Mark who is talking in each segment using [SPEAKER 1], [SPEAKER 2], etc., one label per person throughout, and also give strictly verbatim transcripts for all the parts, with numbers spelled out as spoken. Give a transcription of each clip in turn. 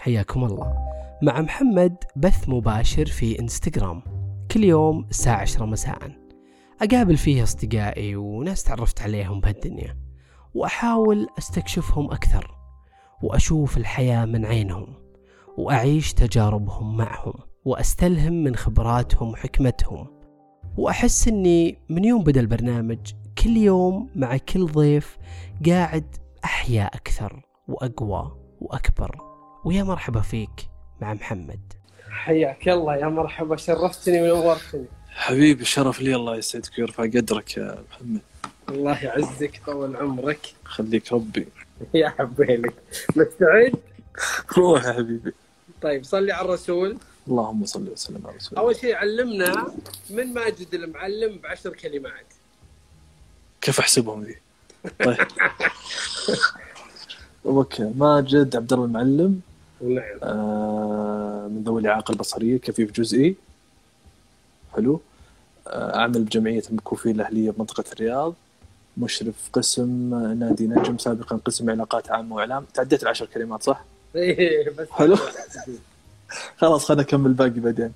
[SPEAKER 1] حياكم الله مع محمد، بث مباشر في انستغرام كل يوم الساعة عشرة مساء، أقابل فيه أصدقائي وناس تعرفت عليهم بهالدنيا، وأحاول أستكشفهم أكثر وأشوف الحياة من عينهم، وأعيش تجاربهم معهم، وأستلهم من خبراتهم وحكمتهم. وأحس أني من يوم بدأ البرنامج كل يوم مع كل ضيف قاعد أحيا أكثر وأقوى وأكبر. ويا مرحبا فيك مع محمد.
[SPEAKER 2] حياك الله، يا مرحبا، شرفتني ونورتني
[SPEAKER 3] حبيبي. الشرف لي، الله يسعدك ويرفع قدرك يا محمد.
[SPEAKER 2] الله يعزك، طول عمرك،
[SPEAKER 3] خليك ربي.
[SPEAKER 2] يا حبيلك. مستعد؟
[SPEAKER 3] روح يا حبيبي.
[SPEAKER 2] طيب صلي على الرسول.
[SPEAKER 3] اللهم صل وسلم على رسول.
[SPEAKER 2] أول شيء علمنا من ماجد المعلم بعشر كلمات.
[SPEAKER 3] كيف أحسبهم ذي؟ طيب اوكي. ماجد عبد الله المعلم.
[SPEAKER 2] نعم.
[SPEAKER 3] آه من ذوي الإعاقة البصرية، كفيف جزئي. حلو. آه أعمل بجمعية المكفوفين الأهلية بمنطقة الرياض، مشرف قسم نادي نجم، سابقا قسم علاقات عامة وإعلام. تعديت العشر كلمات صح؟
[SPEAKER 2] إيه بس.
[SPEAKER 3] حلو. خلاص خلنا نكمل باقي بعدين.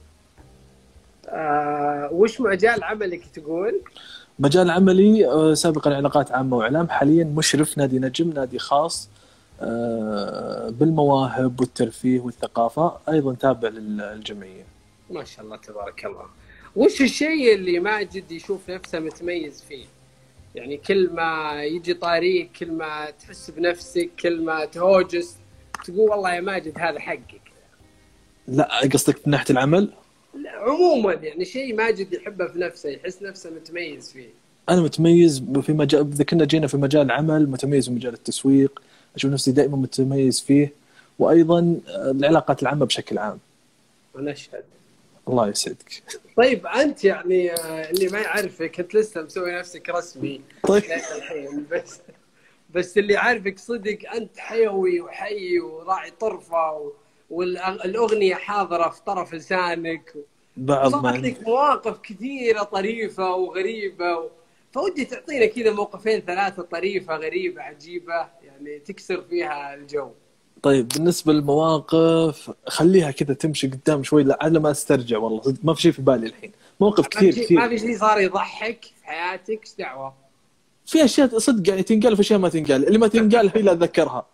[SPEAKER 2] آه وش مجال عملك تقول؟
[SPEAKER 3] مجال عملي آه سابقا علاقات عامة وإعلام، حاليا مشرف نادي نجم، نادي خاص آه بالمواهب والترفيه والثقافة، أيضا تابع للجمعية.
[SPEAKER 2] ما شاء الله تبارك الله. وش الشيء اللي ماجد يشوف نفسه متميز فيه؟ يعني كل ما يجي طريق، كل ما تحس بنفسك، كل ما تهوجس تقول والله يا ماجد هذا حقك.
[SPEAKER 3] لا قصدك من ناحية العمل؟
[SPEAKER 2] لا عموما، يعني شيء ماجد يحبه في نفسه، يحس نفسه متميز فيه.
[SPEAKER 3] أنا متميز في مجال، إذا كنا جينا في مجال عمل، متميز في مجال التسويق، أشوف نفسي دائما متميز فيه، وأيضا العلاقات العامة بشكل عام.
[SPEAKER 2] أنا أشهد.
[SPEAKER 3] الله يسعدك.
[SPEAKER 2] طيب أنت يعني اللي ما يعرفك أنت لسه مسوي نفسك رسمي.
[SPEAKER 3] طيب.
[SPEAKER 2] الحين بس بس اللي عارفك صدق أنت حيوي وحي وراعي طرفة، والأغنية حاضرة في طرف لسانك،
[SPEAKER 3] بعض ما
[SPEAKER 2] عندك مواقف كثيرة طريفة وغريبة و... فودي تعطينا كذا موقفين ثلاثة طريفة غريبة عجيبة يعني تكسر فيها الجو.
[SPEAKER 3] طيب بالنسبة للمواقف خليها كذا تمشي قدام شوي لعل ما استرجع، والله صدق ما في شيء في بالي الحين. موقف كثير كثير.
[SPEAKER 2] ما في شيء صار يضحك في حياتك؟ ايش دعوة؟
[SPEAKER 3] في أشياء صدق يعني تنقال وفي أشياء ما تنقال، اللي ما تنقال هي لا أتذكرها.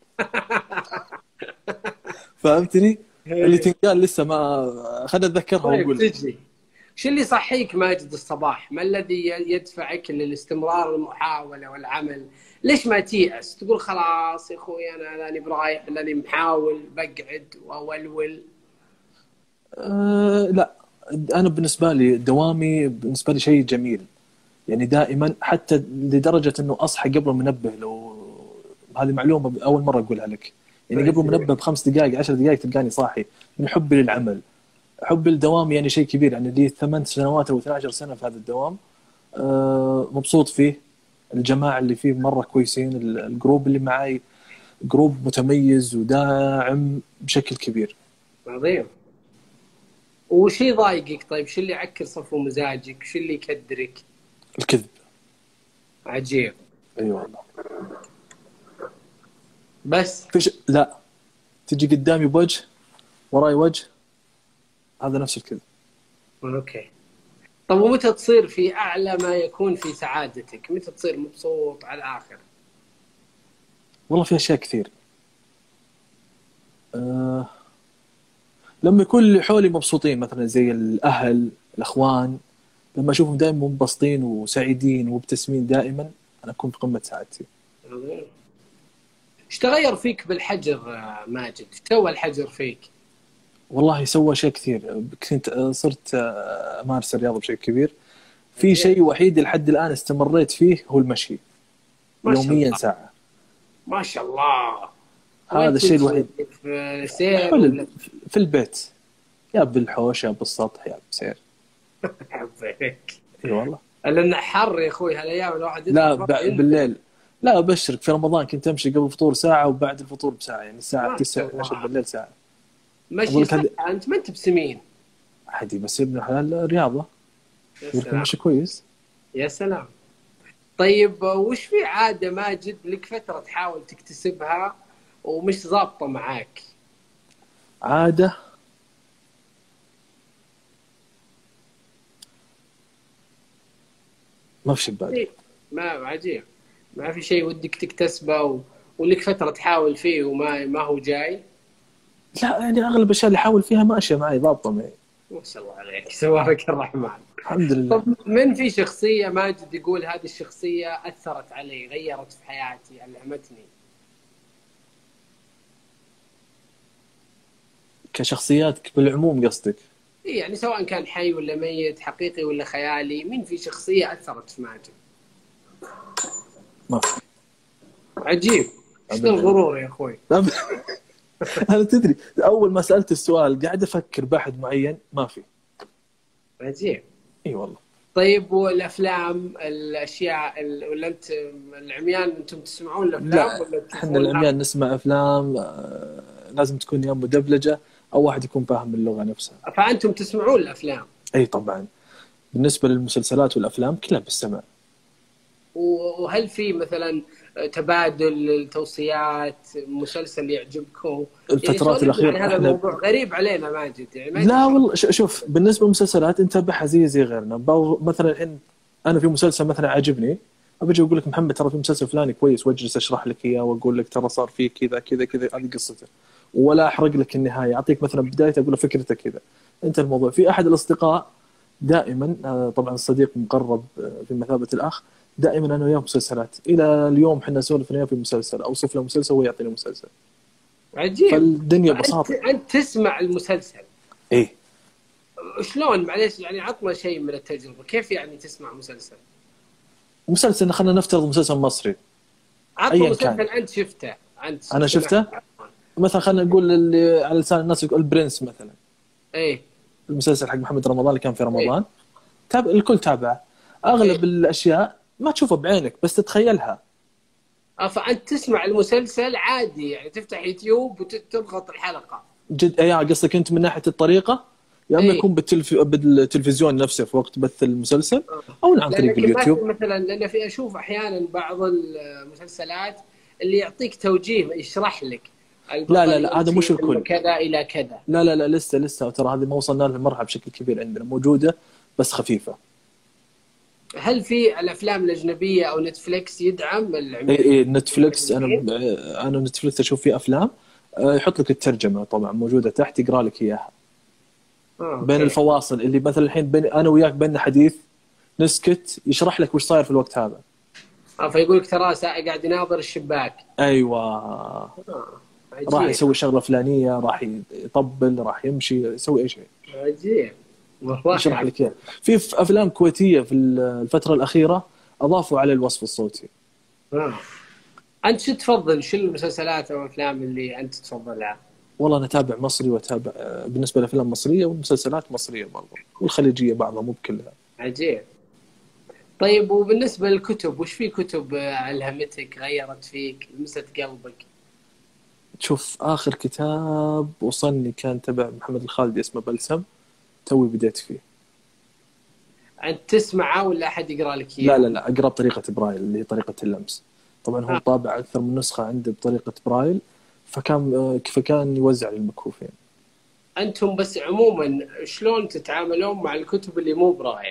[SPEAKER 3] فهمتني؟ اللي تنقال لسه ما خلنا أتذكرها.
[SPEAKER 2] طيب
[SPEAKER 3] وأقول
[SPEAKER 2] تجي شو اللي يصحيك ماجد الصباح؟ ما الذي يدفعك للاستمرار المحاولة والعمل؟ ليش ما تيأس تقول خلاص يا أخوي أنا لاني برايح لاني محاول بقعد وأولول؟
[SPEAKER 3] أه لا، أنا بالنسبة لي دوامي بالنسبة لي شيء جميل، يعني دائما حتى لدرجة أنه أصحى قبل المنبه. لو هذه معلومة أول مرة أقولها لك، يعني قبل المنبه بخمس دقائق عشر دقائق تلقاني صاحي، من حبي للعمل، حب الدوام يعني شيء كبير. يعني لي ثمان سنوات أو اثنتي عشرة سنة في هذا الدوام. أه مبسوط فيه، الجماعة اللي فيه مرة كويسين، الجروب اللي معي جروب متميز وداعم بشكل كبير.
[SPEAKER 2] عظيم. وش يضايقك طيب؟ شو اللي يعكر صفو مزاجك؟ شو اللي يكدرك؟
[SPEAKER 3] الكذب.
[SPEAKER 2] عجيب.
[SPEAKER 3] أيوة والله.
[SPEAKER 2] بس
[SPEAKER 3] فيش لا تجي قدامي بوجه وراي وجه، هذا نفس الكذب.
[SPEAKER 2] اوكي. طب ومتى تصير في اعلى ما يكون في سعادتك؟ متى تصير مبسوط على الاخر؟
[SPEAKER 3] والله في اشياء كثير. أه لما يكون اللي حولي مبسوطين، مثلا زي الاهل الاخوان، لما اشوفهم دائما منبسطين وسعيدين ومبتسمين دائما، انا اكون في قمه سعادتي.
[SPEAKER 2] ايش تغير فيك بالحجر ماجد؟ ايش سوى الحجر فيك؟
[SPEAKER 3] والله سوى شيء كثير. كنت صرت امارس الرياضه بشكل كبير. في شيء وحيد لحد الان استمريت فيه هو المشي يوميا ساعه.
[SPEAKER 2] ما شاء الله.
[SPEAKER 3] هذا الشيء الوحيد.
[SPEAKER 2] في سير
[SPEAKER 3] في البيت، يا بالحوش يا بالسطح يا بسير.
[SPEAKER 2] حبيك.
[SPEAKER 3] اي والله.
[SPEAKER 2] لأن حر يا اخوي هالايام الواحد.
[SPEAKER 3] لا بالليل لا ابشرك، في رمضان كنت امشي قبل الفطور ساعه وبعد الفطور بساعه، يعني الساعه تسعة عشر بالليل ساعه.
[SPEAKER 2] مشي ساعة. انت ما انت بسمين
[SPEAKER 3] عادي، بس ابن حلال رياضه يمكن مشي كويس.
[SPEAKER 2] يا سلام. طيب وش في عاده ماجد لك فتره تحاول تكتسبها ومش ضابطه معاك؟
[SPEAKER 3] عادة ما في شيء ببالي.
[SPEAKER 2] إيه، ما عجيب، ما في شيء ودك تكتسبه و... ولك فترة تحاول فيه وما ما هو جاي؟
[SPEAKER 3] لا يعني اغلب الاشياء اللي احاول فيها ماشيه معي، ضابطه معي
[SPEAKER 2] ما شاء الله عليك، تبارك الرحمن.
[SPEAKER 3] الحمد لله.
[SPEAKER 2] طب من في شخصية ماجد يقول هذه الشخصية أثرت علي، غيرت في حياتي، ألهمتني؟
[SPEAKER 3] كشخصيات بالعموم قصدك؟
[SPEAKER 2] إيه يعني سواء كان حي ولا ميت، حقيقي ولا خيالي، مين في شخصية أثرت في ماجد؟
[SPEAKER 3] ما في.
[SPEAKER 2] عجيب، ايش ذا الغرور يا اخوي؟
[SPEAKER 3] انا تدري اول ما سالت السؤال قاعد افكر باحد معين، ما في.
[SPEAKER 2] عجيب.
[SPEAKER 3] اي والله.
[SPEAKER 2] طيب والافلام، الاشياء ال... ولا انت العميان انتم تسمعون الافلام
[SPEAKER 3] لا
[SPEAKER 2] ولا
[SPEAKER 3] احنا العميان نسمع افلام، آه، لازم تكون يا مدبلجه او واحد يكون فاهم اللغه نفسها.
[SPEAKER 2] فانتم تسمعون الافلام؟
[SPEAKER 3] اي طبعا. بالنسبه للمسلسلات والافلام كلها بالسمع.
[SPEAKER 2] وهل في مثلا تبادل التوصيات، مسلسل يعجبكم
[SPEAKER 3] الفترات
[SPEAKER 2] يعني
[SPEAKER 3] الاخيره
[SPEAKER 2] يعني هذا
[SPEAKER 3] احنا
[SPEAKER 2] الموضوع غريب علينا ماجد يعني ما
[SPEAKER 3] لا والله شوف، بالنسبه للمسلسلات نتابعها زي زي غيرنا. مثلا الحين انا في مسلسل مثلا عجبني، ابى اقول لك محمد ترى في مسلسل فلاني كويس، واجلس اشرح لك اياه واقول لك ترى صار فيه كذا كذا كذا، هذه قصته، ولا احرق لك النهايه، اعطيك مثلا بدايته اقول له فكرته كذا، انت الموضوع. في احد الاصدقاء دائما، طبعا الصديق مقرب في مثابه الاخ، دائما انا وياه مسلسلات، الى اليوم احنا نسولف انا في مسلسل، اوصف له مسلسل وهو يعطيني مسلسل.
[SPEAKER 2] عجيب.
[SPEAKER 3] فالدنيا بساطه.
[SPEAKER 2] انت, انت تسمع المسلسل؟
[SPEAKER 3] ايه.
[SPEAKER 2] شلون معليش يعني عطنا شيء من التجربه، كيف يعني تسمع مسلسل؟
[SPEAKER 3] مسلسل خلينا نفترض مسلسل مصري،
[SPEAKER 2] عطنا مسلسل انت شفته. انت
[SPEAKER 3] انا شفته مثلا خلينا نقول اللي على لسان الناس يقول البرنس مثلا.
[SPEAKER 2] ايه
[SPEAKER 3] المسلسل حق محمد رمضان اللي كان في رمضان. إيه؟ تاب الكل تابعه. اغلب إيه؟ الاشياء ما تشوفها بعينك بس تتخيلها.
[SPEAKER 2] فانت تسمع المسلسل عادي يعني، تفتح يوتيوب وتضغط الحلقه.
[SPEAKER 3] جد ايه قصدك انت من ناحيه الطريقه، يا اما يكون بالتلف... بالتلفزيون نفسه في وقت بث المسلسل، او عن طريق اليوتيوب.
[SPEAKER 2] مثلا لان في اشوف احيانا بعض المسلسلات اللي يعطيك توجيه، يشرح لك
[SPEAKER 3] لا لا لا هذا مش الكل
[SPEAKER 2] كذا الى كذا.
[SPEAKER 3] لا لا لا لسه لسه ترى هذه ما وصلنا لها المرحله بشكل كبير، عندنا موجوده بس خفيفه.
[SPEAKER 2] هل في الافلام الاجنبيه او نتفليكس يدعم العمل؟
[SPEAKER 3] اي اي نتفليكس، انا انا نتفليكس اشوف فيه افلام، يحط لك الترجمه طبعا موجوده تحت، يقرا لك اياها
[SPEAKER 2] آه،
[SPEAKER 3] بين الفواصل اللي مثلا الحين بين انا وياك بيننا حديث نسكت، يشرح لك وش صاير في الوقت هذا.
[SPEAKER 2] اه فيقول لك ترى قاعد يناظر الشباك.
[SPEAKER 3] ايوه.
[SPEAKER 2] آه.
[SPEAKER 3] راح يسوي شغله فلانيه، راح يطبل، راح يمشي، يسوي اي شيء.
[SPEAKER 2] عجيب والله.
[SPEAKER 3] يشرح لك اياه. في افلام كويتيه في الفتره الاخيره اضافوا على الوصف الصوتي.
[SPEAKER 2] آه. انت شو تفضل، شو المسلسلات او الافلام اللي انت تفضلها؟
[SPEAKER 3] والله انا اتابع مصري واتابع بالنسبه للافلام مصريه والمسلسلات مصريه برضه، والخليجيه بعضها مو بكلها.
[SPEAKER 2] عجيب. طيب وبالنسبه للكتب، وش في كتب الهمتك، غيرت فيك، لمست قلبك؟
[SPEAKER 3] شوف اخر كتاب وصلني كان تبع محمد الخالدي اسمه بلسم، توي بديت فيه.
[SPEAKER 2] انت تسمعه ولا احد يقرا لك اياه؟
[SPEAKER 3] لا لا لا اقرا بطريقه برايل اللي هي طريقه اللمس. طبعا هو
[SPEAKER 2] آه.
[SPEAKER 3] طابع اكثر من نسخه عنده بطريقه برايل، فكان فكان يوزع للمكفوفين.
[SPEAKER 2] انتم بس عموما شلون تتعاملون مع الكتب اللي مو برايل؟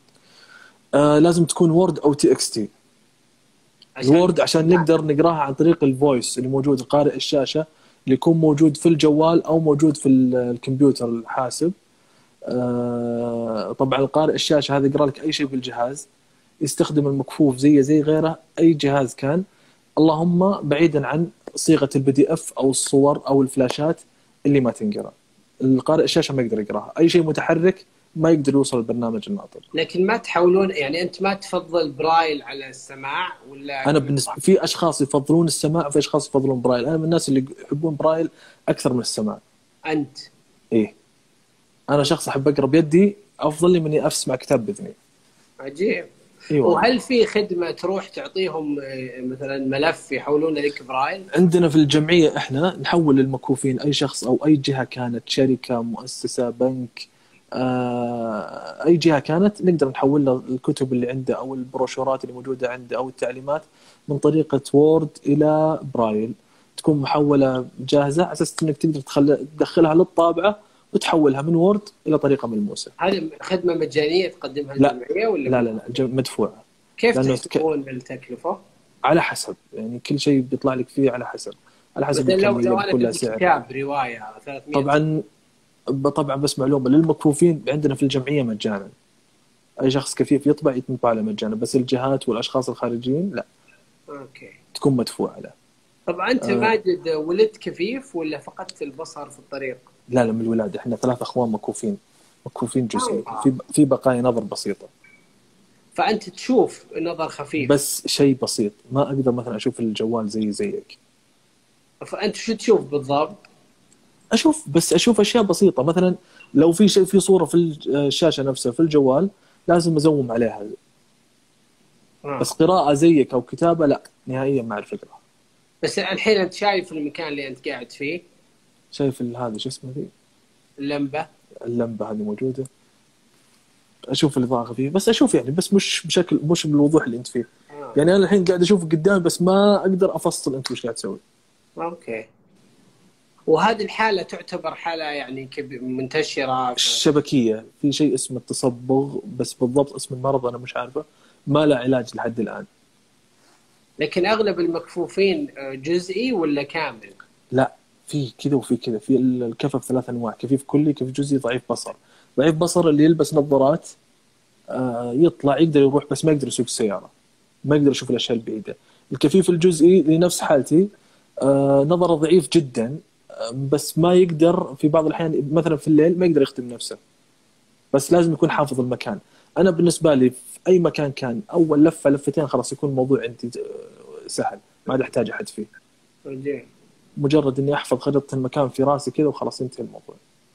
[SPEAKER 3] آه لازم تكون وورد او تي اكس تي. الوورد عشان نقدر نقراها عن طريق الفويس اللي موجود قارئ الشاشه اللي يكون موجود في الجوال او موجود في الكمبيوتر الحاسب. آه طبعا القارئ الشاشه هذا يقرا لك اي شيء بالجهاز، يستخدم المكفوف زي زي غيره اي جهاز كان، اللهم بعيدا عن صيغه البي دي اف او الصور او الفلاشات اللي ما تنقرا. القارئ الشاشه ما يقدر يقراها، اي شيء متحرك ما يقدر يوصل البرنامج الناطق.
[SPEAKER 2] لكن ما تحاولون يعني، انت ما تفضل برايل على السماع ولا؟
[SPEAKER 3] انا بالنسبه في اشخاص يفضلون السماع وفي اشخاص يفضلون برايل، انا من الناس اللي يحبون برايل اكثر من السماع.
[SPEAKER 2] انت؟
[SPEAKER 3] ايه انا شخص احب اقرا بيدي افضل لي مني اسمع كتاب باذني.
[SPEAKER 2] عجيب.
[SPEAKER 3] أيوة.
[SPEAKER 2] وهل في خدمه تروح تعطيهم مثلا ملف يحولون لك برايل؟
[SPEAKER 3] عندنا في الجمعيه احنا نحول للمكفوفين اي شخص او اي جهه كانت، شركه، مؤسسه، بنك، آه اي جهه كانت، نقدر نحول له الكتب اللي عنده او البروشورات اللي موجوده عنده او التعليمات من طريقه وورد الى برايل. تكون محولة جاهزة على أساس إنك تقدر تخل... تدخلها للطابعة وتحولها من وورد إلى طريقة ملموسة.
[SPEAKER 2] هذه خدمة مجانية تقدمها
[SPEAKER 3] لا.
[SPEAKER 2] الجمعية ولا
[SPEAKER 3] لا لا لا ج- مدفوعة.
[SPEAKER 2] كيف
[SPEAKER 3] لأنه
[SPEAKER 2] تحسبون التكلفة؟
[SPEAKER 3] على حسب، يعني كل شيء بيطلع لك فيه على حسب على حسب
[SPEAKER 2] مثلا لو
[SPEAKER 3] الكمية
[SPEAKER 2] لو
[SPEAKER 3] بكل
[SPEAKER 2] أنا
[SPEAKER 3] سعر.
[SPEAKER 2] كتاب رواية ثلاثمية
[SPEAKER 3] طبعا طبعا بس معلومة للمكفوفين عندنا في الجمعية مجانا، أي شخص كفيف يطبع يطبع له مجانا، بس الجهات والأشخاص الخارجيين لا
[SPEAKER 2] أوكي.
[SPEAKER 3] تكون مدفوعة له.
[SPEAKER 2] طبعا أنت
[SPEAKER 3] آه.
[SPEAKER 2] ماجد ولدت كفيف ولا فقدت البصر في الطريق؟
[SPEAKER 3] لا لا من الولادة، إحنا ثلاث أخوان مكفوفين مكفوفين جزئي،
[SPEAKER 2] آه.
[SPEAKER 3] في في بقايا نظر بسيطة،
[SPEAKER 2] فأنت تشوف نظر خفيف
[SPEAKER 3] بس شيء بسيط، ما أقدر مثلا أشوف الجوال زي زيك.
[SPEAKER 2] فأنت شو تشوف بالضبط؟
[SPEAKER 3] أشوف بس أشوف أشياء بسيطة، مثلا لو في شيء في صورة في الشاشة نفسها في الجوال لازم أزوم عليها،
[SPEAKER 2] آه.
[SPEAKER 3] بس قراءة زيك أو كتابة لا نهائيا مع الفكرة.
[SPEAKER 2] بس الحين أنت شايف المكان اللي أنت قاعد فيه،
[SPEAKER 3] شايف هذا شو اسمه ذي
[SPEAKER 2] اللمبة،
[SPEAKER 3] اللمبة هذه موجودة، أشوف الإضاءة خفيفة بس أشوف يعني بس مش بشكل مش بالوضوح اللي أنت فيه.
[SPEAKER 2] آه.
[SPEAKER 3] يعني أنا الحين قاعد أشوف قدامي بس ما أقدر أفصل أنت وش قاعد تسوي.
[SPEAKER 2] أوكي. وهذه الحالة تعتبر حالة يعني كب- منتشرة في...
[SPEAKER 3] الشبكية في شيء اسمه التصبغ، بس بالضبط اسم المرض أنا مش عارفه، ما له علاج لحد الآن.
[SPEAKER 2] لكن أغلب المكفوفين جزئي ولا كامل؟
[SPEAKER 3] لا في كذا وفي كذا، في الكفف ثلاث أنواع، كفيف كلي كفيف جزئي ضعيف بصر. ضعيف بصر اللي يلبس نظارات آه يطلع يقدر يروح بس ما يقدر يسوق السيارة، ما يقدر يشوف الأشياء البعيدة. الكفيف الجزئي لنفس حالتي آه نظره ضعيف جدا آه بس ما يقدر في بعض الأحيان مثلا في الليل ما يقدر يخدم نفسه، بس لازم يكون حافظ المكان. أنا بالنسبة لي في أي مكان كان أول لفة لفتين خلاص يكون الموضوع عندي سهل، ما عاد أحتاج أحد فيه.
[SPEAKER 2] رجيل.
[SPEAKER 3] مجرد إني أحفظ خريطة المكان في راسي كذا وخلاص ينتهي الموضوع.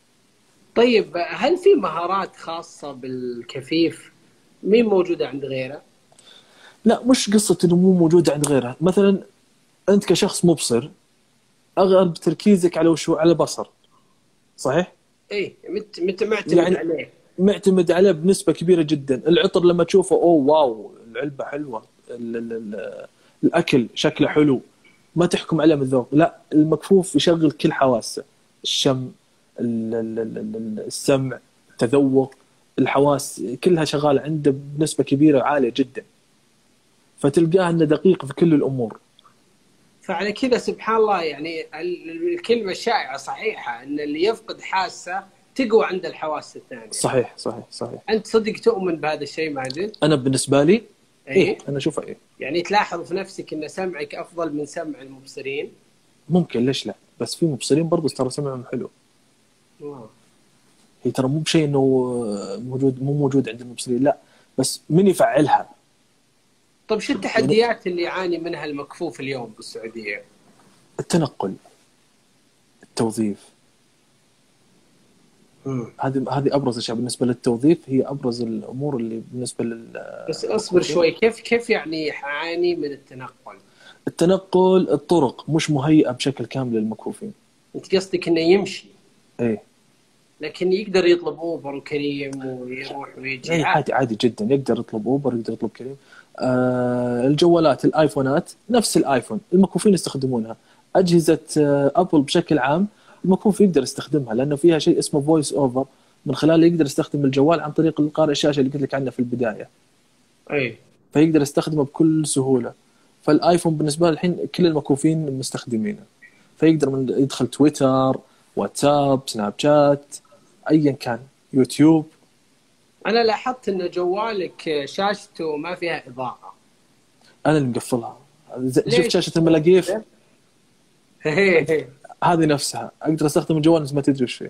[SPEAKER 2] طيب هل في مهارات خاصة بالكفيف مين موجودة عند غيره؟
[SPEAKER 3] لا مش قصة إنه مو موجودة عند غيره، مثلا أنت كشخص مبصر أغلب تركيزك على وشو على بصر، صحيح؟
[SPEAKER 2] إيه مت مت معتمد
[SPEAKER 3] يعني
[SPEAKER 2] عليه.
[SPEAKER 3] معتمد عليه بنسبة كبيرة جدا. العطر لما تشوفه أوه واو العلبة حلوة، ال ال ال الأكل شكله حلو، ما تحكم عليه من الذوق. لا المكفوف يشغل كل حواسه، الشم ال ال ال السمع التذوق الحواس كلها شغالة عنده بنسبة كبيرة عالية جدا، فتلقاه أنه دقيق في كل الأمور.
[SPEAKER 2] فعلى كذا سبحان الله يعني الكلمة الشائعة صحيحة أن اللي يفقد حاسة تقوى عند الحواس الثانية.
[SPEAKER 3] صحيح صحيح صحيح.
[SPEAKER 2] أنت صدق تؤمن بهذا الشيء ماجد؟
[SPEAKER 3] أنا بالنسبة لي
[SPEAKER 2] إيه,
[SPEAKER 3] إيه أنا أشوفه إيه.
[SPEAKER 2] يعني تلاحظ في نفسك أن سمعك أفضل من سمع المبصرين؟
[SPEAKER 3] ممكن ليش لا، بس في مبصرين برضو ترى سمعهم حلو.
[SPEAKER 2] واو.
[SPEAKER 3] هي ترى مو بشيء إنه موجود مو موجود عند المبصرين، لا بس من يفعلها.
[SPEAKER 2] طب شو التحديات اللي يعاني منها المكفوف اليوم بالسعودية؟
[SPEAKER 3] التنقل، التوظيف، هذه هذه ابرز الاشياء بالنسبه للتوظيف، هي ابرز الامور اللي بالنسبه لل.
[SPEAKER 2] بس اصبر شوي، كيف كيف يعني يعاني من التنقل؟
[SPEAKER 3] التنقل الطرق مش مهيئه بشكل كامل للمكفوفين.
[SPEAKER 2] انت قصدك انه يمشي؟
[SPEAKER 3] ايه
[SPEAKER 2] لكن يقدر يطلب اوبر وكريم ويروح ويجي.
[SPEAKER 3] ايه عادي عادي جدا، يقدر يطلب اوبر يقدر يطلب كريم. آه الجوالات الايفونات نفس الايفون المكفوفين يستخدمونها. اجهزه آه ابل بشكل عام المكفوف يقدر يستخدمها لانه فيها شيء اسمه فويس اوفر، من خلاله يقدر يستخدم الجوال عن طريق القارئ الشاشه اللي قلت لك عنه في البدايه.
[SPEAKER 2] اي
[SPEAKER 3] فيقدر يستخدمه بكل سهوله. فالايفون بالنسبه له الحين كل المكفوفين مستخدمينه، فيقدر من يدخل تويتر واتساب سناب شات ايا كان يوتيوب.
[SPEAKER 2] انا لاحظت ان جوالك شاشته ما فيها اضاءه.
[SPEAKER 3] انا اللي مقفلها. شفت شاشه الملاقيف هذه نفسها، اقدر استخدم الجوال بس ما تدري وش فيه.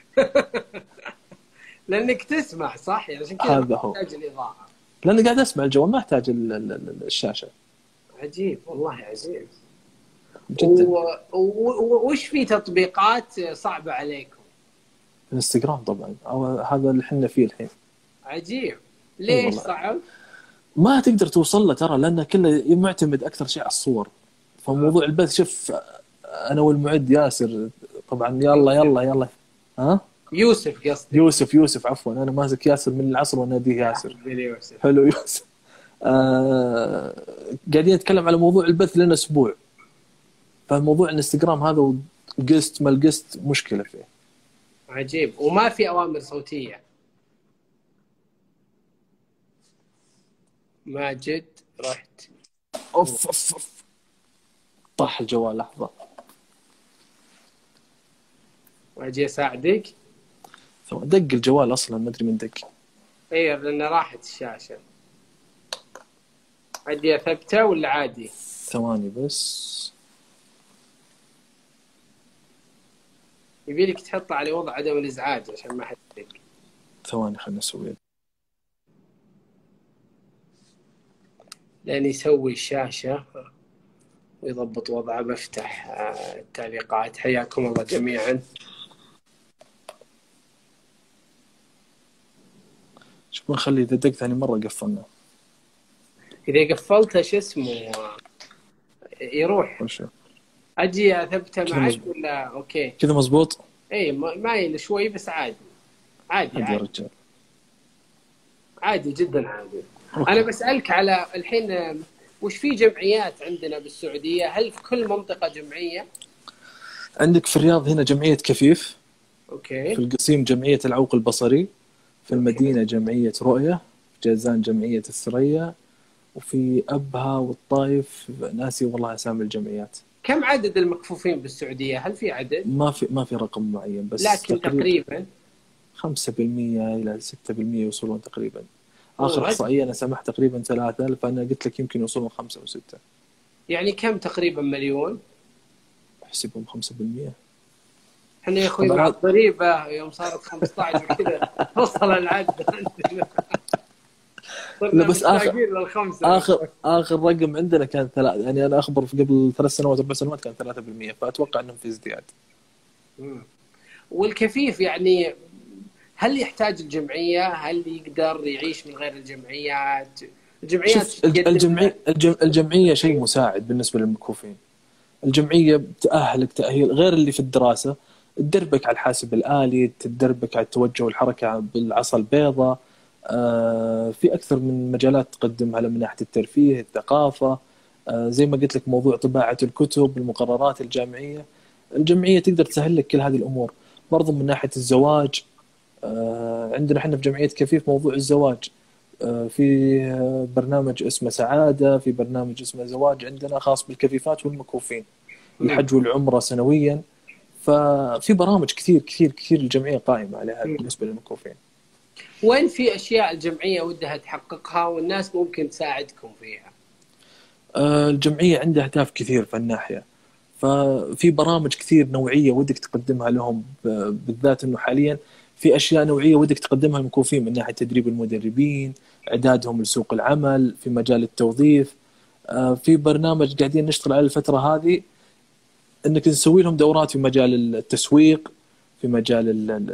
[SPEAKER 2] لانك تسمع صح يعني، عشان كذا
[SPEAKER 3] هذا هو
[SPEAKER 2] تحتاج الاضاءه.
[SPEAKER 3] لاني قاعد اسمع الجوال ما احتاج الشاشه.
[SPEAKER 2] عجيب والله عجيب
[SPEAKER 3] جدا.
[SPEAKER 2] وش في تطبيقات صعبه عليكم؟
[SPEAKER 3] الانستغرام طبعا، او هذا اللي احنا فيه الحين.
[SPEAKER 2] عجيب. ليش صعب؟
[SPEAKER 3] ما تقدر توصل له ترى، لانه كله معتمد اكثر شيء على الصور. فموضوع البث شوف انا والمعد ياسر طبعا يلا يلا يلا ها
[SPEAKER 2] يوسف قصدي
[SPEAKER 3] يوسف يوسف عفوا انا ماسك ياسر من العصر وناديه ياسر.
[SPEAKER 2] يوسف.
[SPEAKER 3] حلو يوسف. آه قاعدين نتكلم على موضوع البث لنا اسبوع فموضوع الانستغرام هذا وقست ما القست مشكله فيه.
[SPEAKER 2] عجيب. وما في اوامر صوتيه؟ ماجد رحت.
[SPEAKER 3] اوف اوف اوف طاح الجوال لحظه،
[SPEAKER 2] واجي اساعدك.
[SPEAKER 3] ثم دق الجوال اصلا ما ادري من دق.
[SPEAKER 2] ايه لان راحت الشاشه. عادي اثبته ولا عادي؟
[SPEAKER 3] ثواني بس.
[SPEAKER 2] يبيلك تحطه على وضع عدم الازعاج عشان ما حد يدق.
[SPEAKER 3] ثواني خلنا نسوي
[SPEAKER 2] لين يسوي الشاشه ويضبط وضعه. بفتح التعليقات. حياكم الله جميعا.
[SPEAKER 3] شوف نخلي اذا دق ثاني مره قفلنا.
[SPEAKER 2] اذا قفلته شو اسمه يروح.
[SPEAKER 3] وشو
[SPEAKER 2] اجي اثبته معك
[SPEAKER 3] مزبوط.
[SPEAKER 2] ولا اوكي
[SPEAKER 3] كذا مزبوط.
[SPEAKER 2] اي مايل شوي بس عادي عادي
[SPEAKER 3] يا
[SPEAKER 2] عادي,
[SPEAKER 3] رجال
[SPEAKER 2] عادي جدا عادي. انا بسالك على الحين وش في جمعيات عندنا بالسعوديه؟ هل في كل منطقه جمعيه؟
[SPEAKER 3] عندك في الرياض هنا جمعيه كفيف،
[SPEAKER 2] اوكي.
[SPEAKER 3] في القصيم جمعيه العوق البصري، في المدينه جمعيه رؤيه، في جازان جمعيه الثريا، وفي ابها والطايف ناسي والله اسامي الجمعيات.
[SPEAKER 2] كم عدد المكفوفين بالسعوديه؟ هل في عدد؟
[SPEAKER 3] ما في ما في رقم معين بس
[SPEAKER 2] لكن تقريبا
[SPEAKER 3] خمسة بالمية إلى ستة بالمية يوصلون تقريبا. آخر
[SPEAKER 2] أوه.
[SPEAKER 3] إحصائية أنا سمحت تقريبا ثلاثة ألف، أنا قلت لك يمكن يوصلون خمسة أو ستة.
[SPEAKER 2] يعني كم تقريبا مليون؟
[SPEAKER 3] احسبهم خمسة بالمية.
[SPEAKER 2] احنا يا اخوي مع الضريبه يوم صارت خمسة عشر وكذا وصل العد عندنا.
[SPEAKER 3] لا بس آخر
[SPEAKER 2] للخمسة.
[SPEAKER 3] آخر آخر رقم عندنا كان ثلاثة، يعني أنا أخبر في قبل ثلاث سنوات أربع سنوات كان ثلاثة بالمية، فأتوقع أنهم في ازدياد.
[SPEAKER 2] والكفيف يعني هل يحتاج الجمعية؟ هل يقدر يعيش من غير الجمعيات؟ الجمعيات
[SPEAKER 3] الجمعية الجمعية شيء مساعد بالنسبة للمكفوفين. الجمعية تأهلك تأهيل غير اللي في الدراسة، تدربك على الحاسب الآلي، تدربك على التوجه والحركة بالعصا البيضاء، آه في أكثر من مجالات تقدمها من ناحية الترفيه، الثقافة، آه زي ما قلت لك موضوع طباعة الكتب، المقررات الجامعية. الجمعية تقدر تسهل لك كل هذه الأمور. برضو من ناحية الزواج، آه عندنا احنا في جمعية كفيف موضوع الزواج، آه في برنامج اسمه سعادة، في برنامج اسمه زواج عندنا خاص بالكفيفات والمكفوفين، الحج والعمرة سنويا. ففي برامج كثير كثير كثير الجمعية قائمة عليها بالنسبة للمكفوفين.
[SPEAKER 2] وين في أشياء الجمعية ودها تحققها والناس ممكن تساعدكم فيها؟
[SPEAKER 3] آه الجمعية عندها أهداف كثير في الناحية، ففي برامج كثير نوعية ودك تقدمها لهم، بالذات أنه حاليا في أشياء نوعية ودك تقدمها للمكفوفين من ناحية تدريب المدربين، إعدادهم لسوق العمل، في مجال التوظيف. آه في برنامج قاعدين نشتغل على الفترة هذه انك نسوي لهم دورات في مجال التسويق، في مجال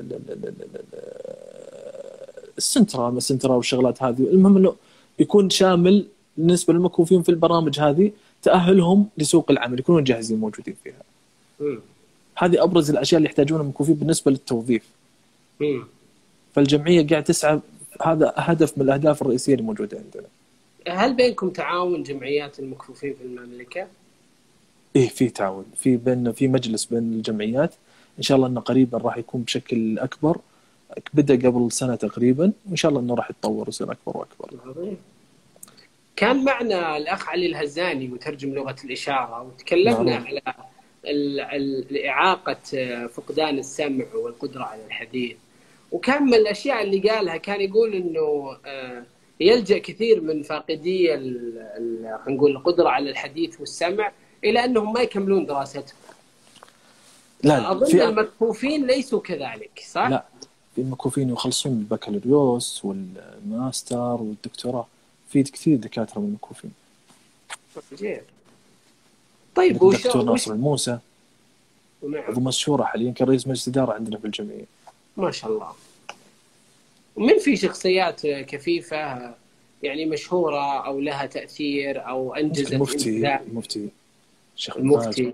[SPEAKER 3] السنترا السنترا والشغلات هذه. المهم انه يكون شامل بالنسبه للمكفوفين في البرامج هذه، تاهلهم لسوق العمل، يكونون جاهزين موجودين فيها. م. هذه ابرز الاشياء اللي يحتاجونها المكفوفين بالنسبه للتوظيف. م. فالجمعيه قاعد تسعى، هذا هدف من الاهداف الرئيسيه اللي موجوده عندنا.
[SPEAKER 2] هل بينكم تعاون جمعيات المكفوفين في المملكه؟
[SPEAKER 3] إيه في تعاون، في بين في مجلس بين الجمعيات، إن شاء الله إنه قريبا راح يكون بشكل أكبر. بدأ قبل سنة تقريبا، وإن شاء الله إنه راح يتطور ويصير أكبر وأكبر.
[SPEAKER 2] كان معنا الأخ علي الهزاني مترجم لغة الإشارة، وتكلمنا معروف. على إعاقة فقدان السمع والقدرة على الحديث، وكان من الأشياء اللي قالها كان يقول إنه يلجأ كثير من فاقدي خلينا نقول القدرة على الحديث والسمع إلى أنهم ما يكملون دراستهم. لا أظن في المكفوفين ليسوا كذلك، صح؟
[SPEAKER 3] لا، في المكفوفين يخلصون البكالوريوس والماستر والدكتوراه، في كثير دكاترة من المكفوفين.
[SPEAKER 2] جيد. طيب وش
[SPEAKER 3] الدكتور ناصر الموسى عضو مشهورة حاليا كرئيس مجلس إدارة عندنا في الجمعية.
[SPEAKER 2] ما شاء الله. ومن في شخصيات كفيفة يعني مشهورة أو لها تأثير أو أنجزت؟
[SPEAKER 3] المفتي المفتي الشيخ
[SPEAKER 2] المفتي.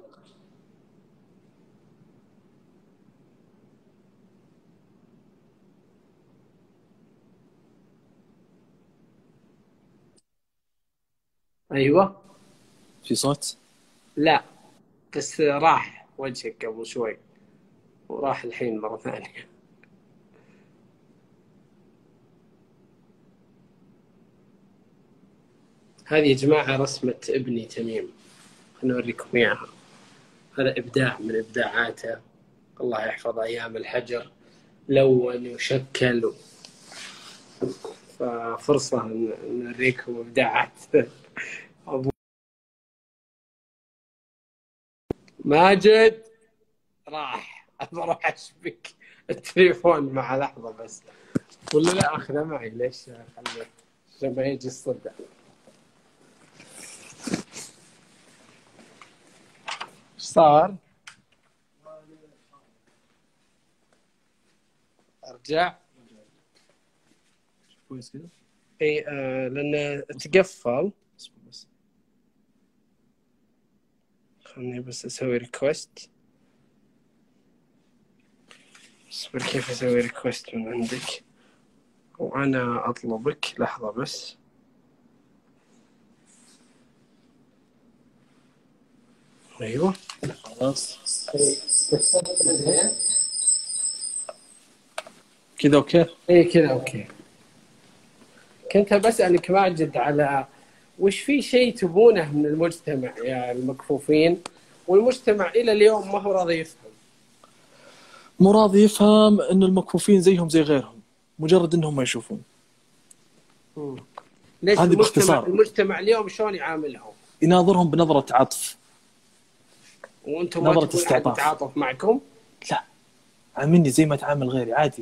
[SPEAKER 2] أيوة.
[SPEAKER 3] في صوت؟
[SPEAKER 2] لا بس راح وجهك قبل شوي وراح الحين مرة ثانية. هذه يا جماعة رسمة ابني تميم، خلنا نوريكم إياها. هذا إبداع من إبداعاته، الله يحفظ أيام الحجر، لون وشكل و... ففرصة نوريكم إبداعات أبو ماجد. راح أروح أشبك التليفون مع لحظة بس، ولا لا أخذه معي؟ ليش خليه عشان ما يجي الصدع. إيش صار؟ أرجع
[SPEAKER 3] كويس كذا.
[SPEAKER 2] اي آه لأنه تقفل.
[SPEAKER 3] بس
[SPEAKER 2] خلني بس أسوي ريكوست. اصبر، كيف أسوي ريكوست من عندك وأنا أطلبك؟ لحظة بس. أيوة
[SPEAKER 3] خلاص كذا اوكي.
[SPEAKER 2] اي كذا اوكي. كنت بسألك ماجد على وش في شيء تبونه من المجتمع يا المكفوفين، والمجتمع إلى اليوم ما هو راضي يفهم.
[SPEAKER 3] مو راضي يفهم ان المكفوفين زيهم زي غيرهم، مجرد انهم ما يشوفون.
[SPEAKER 2] ليش
[SPEAKER 3] هذه
[SPEAKER 2] المجتمع
[SPEAKER 3] باختصار.
[SPEAKER 2] المجتمع اليوم شلون يعاملهم؟
[SPEAKER 3] يناظرهم بنظرة عطف،
[SPEAKER 2] وانتم ما
[SPEAKER 3] نظرة
[SPEAKER 2] تبون أحد
[SPEAKER 3] استعطاف.
[SPEAKER 2] يتعاطف معكم؟
[SPEAKER 3] لا عاملني زي ما تعامل غيري عادي.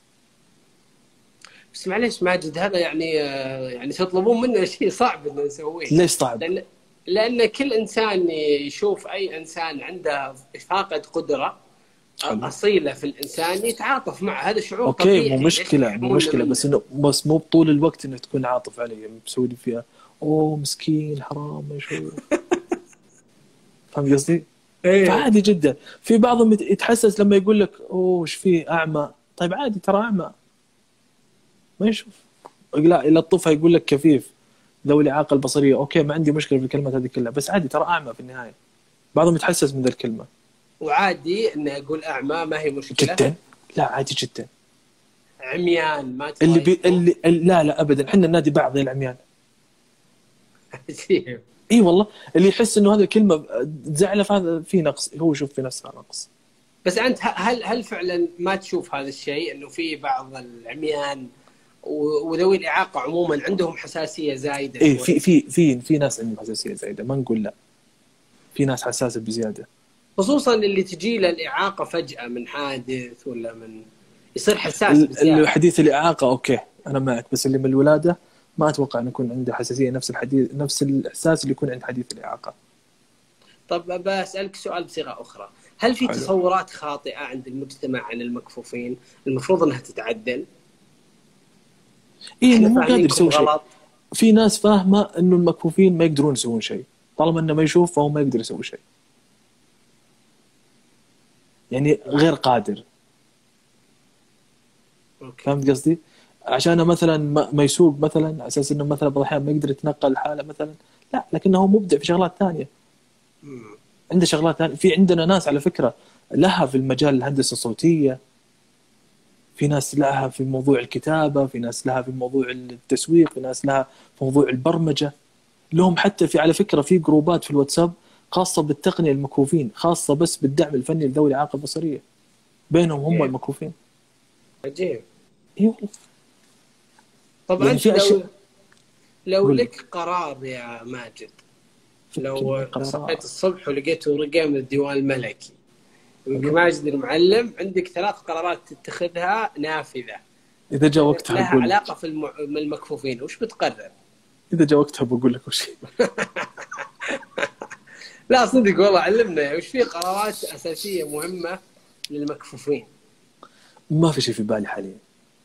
[SPEAKER 2] بس معليش ماجد، هذا يعني آه، يعني تطلبون منه شيء صعب انه نسويه.
[SPEAKER 3] ليش صعب؟
[SPEAKER 2] لأن لأن كل إنسان يشوف أي إنسان عنده فاقد قدرة
[SPEAKER 3] حلو.
[SPEAKER 2] أصيلة في الإنسان يتعاطف معه، هذا شعور
[SPEAKER 3] اوكي
[SPEAKER 2] طبيعي.
[SPEAKER 3] مو مشكلة
[SPEAKER 2] ليش
[SPEAKER 3] مو
[SPEAKER 2] يحرمونه
[SPEAKER 3] مشكلة
[SPEAKER 2] منه؟
[SPEAKER 3] بس انه بس مو بطول الوقت انك تكون عاطف علي، يعني بسوي لي فيها اوه مسكين حرام ما يشوف. فاهم قصدي؟
[SPEAKER 2] إيه.
[SPEAKER 3] فعادي جدا. في بعضهم يت- يتحسس لما يقول لك اوه وش فيه اعمى. طيب عادي ترى اعمى ما يشوف. لا يلطفها يقول لك كفيف ذوي الاعاقه البصريه. اوكي ما عندي مشكله في الكلمات هذه كلها، بس عادي ترى اعمى في النهايه. بعضهم يتحسس من ذا الكلمه.
[SPEAKER 2] وعادي إنه يقول أعمى، ما هي مشكلة.
[SPEAKER 3] جدا لا عادي جدا.
[SPEAKER 2] عميان ما
[SPEAKER 3] اللي بي
[SPEAKER 2] تضايقوا.
[SPEAKER 3] اللي اللي- لا لا ابدا احنا نادي بعض زي العميان. اي والله اللي يحس انه هذه الكلمه تزعله فهذا في نقص، هو يشوف في نفسه نقص.
[SPEAKER 2] بس أنت هل هل فعلا ما تشوف هذا الشيء، إنه في بعض العميان و- وذوي الإعاقة عموما عندهم حساسية زايدة؟
[SPEAKER 3] اي في في في في ناس عندهم حساسيه زايده، ما نقول لا، في ناس حساسه بزياده.
[SPEAKER 2] خصوصا اللي تجي له الإعاقة فجأة من حادث ولا من يصير حساس
[SPEAKER 3] ال-
[SPEAKER 2] بزيادة.
[SPEAKER 3] الحديث الاعاقه اوكي انا معك، بس اللي من الولاده ما اتوقع ان يكون عنده حساسيه نفس الحديث نفس الاحساس اللي يكون عند حديث الاعاقه.
[SPEAKER 2] طب بسألك سؤال بصيغة أخرى، هل في
[SPEAKER 3] حلو.
[SPEAKER 2] تصورات خاطئة عند المجتمع عن المكفوفين المفروض أنها تتعدل؟
[SPEAKER 3] اي
[SPEAKER 2] إحنا
[SPEAKER 3] مو قادر
[SPEAKER 2] فاهمينكم
[SPEAKER 3] يسوي شيء.
[SPEAKER 2] غلط.
[SPEAKER 3] في ناس فاهمه انه المكفوفين ما يقدرون يسوون شيء، طالما انه ما يشوف فهو ما يقدر يسوي شيء، يعني غير قادر.
[SPEAKER 2] أوكي.
[SPEAKER 3] فهمت قصدي؟ عشان مثلا ما ما يسوق مثلا على اساس انه مثلا بعض الاحيان ما يقدر يتنقل حاله مثلا، لا لكنه مبدع في شغلات ثانيه.
[SPEAKER 2] مم.
[SPEAKER 3] عنده شغلات ثانيه. في عندنا ناس على فكره لها في المجال الهندسه الصوتيه، في ناس لها في موضوع الكتابه، في ناس لها في موضوع التسويق، في ناس لها في موضوع البرمجه. لهم حتى في على فكره في جروبات في الواتساب خاصه بالتقنيه المكفوفين، خاصه بس بالدعم الفني لذوي الاعاقه البصريه بينهم هم
[SPEAKER 2] إيه.
[SPEAKER 3] المكفوفين.
[SPEAKER 2] عجيب.
[SPEAKER 3] اي والله.
[SPEAKER 2] طبعا
[SPEAKER 3] يعني
[SPEAKER 2] أنت
[SPEAKER 3] في
[SPEAKER 2] لو
[SPEAKER 3] أشياء-
[SPEAKER 2] لو
[SPEAKER 3] قول.
[SPEAKER 2] لك قرار يا ماجد، لو
[SPEAKER 3] قرارات.
[SPEAKER 2] صحيت الصبح ولقيته ورقة من الديوان الملكي ويقول ماجد المعلم عندك ثلاث قرارات تتخذها نافذة
[SPEAKER 3] اذا جاء وقتها
[SPEAKER 2] لها
[SPEAKER 3] اقول
[SPEAKER 2] علاقة في الم... من المكفوفين، وش بتقرر؟
[SPEAKER 3] اذا جاء وقتها بقول لك وش.
[SPEAKER 2] لا صدق والله علمنا وش في قرارات أساسية مهمة للمكفوفين.
[SPEAKER 3] ما في شيء في بالي حاليا.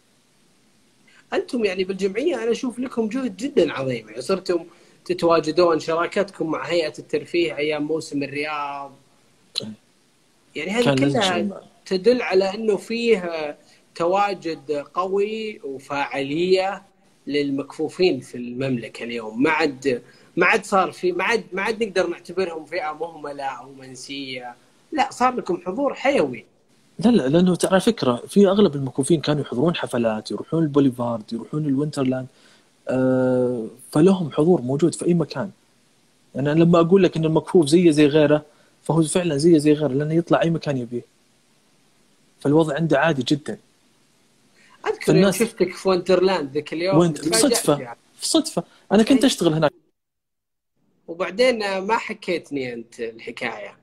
[SPEAKER 2] أنتم يعني بالجمعية أنا أشوف لكم جهد جدا عظيم، يعني صرتم تتواجدون، شراكتكم مع هيئة الترفيه أيام موسم الرياض، يعني هذه
[SPEAKER 3] كان لازم
[SPEAKER 2] كلها
[SPEAKER 3] شيء.
[SPEAKER 2] تدل على أنه فيه تواجد قوي وفاعلية للمكفوفين في المملكة اليوم. ما عاد ما عاد صار في ما عاد ما عاد نقدر نعتبرهم فئة مهملة أو منسية، لا صار لكم حضور حيوي.
[SPEAKER 3] لا لا، لانه على فكره في اغلب المكفوفين كانوا يحضرون حفلات، يروحون البوليفارد، يروحون الوينترلاند، آه فلهم حضور موجود في اي مكان. يعني أنا لما اقول لك ان المكفوف زيه زي غيره، فهو فعلا زيه زي غيره، لانه يطلع اي مكان يبيه، فالوضع عنده عادي جدا.
[SPEAKER 2] أذكر يوم
[SPEAKER 3] فالناس
[SPEAKER 2] شفتك في وينترلاند ذاك اليوم
[SPEAKER 3] وانت
[SPEAKER 2] تفاجأت
[SPEAKER 3] صدفه
[SPEAKER 2] يعني.
[SPEAKER 3] صدفه انا كنت اشتغل هناك.
[SPEAKER 2] وبعدين ما حكيتني أنت الحكاية.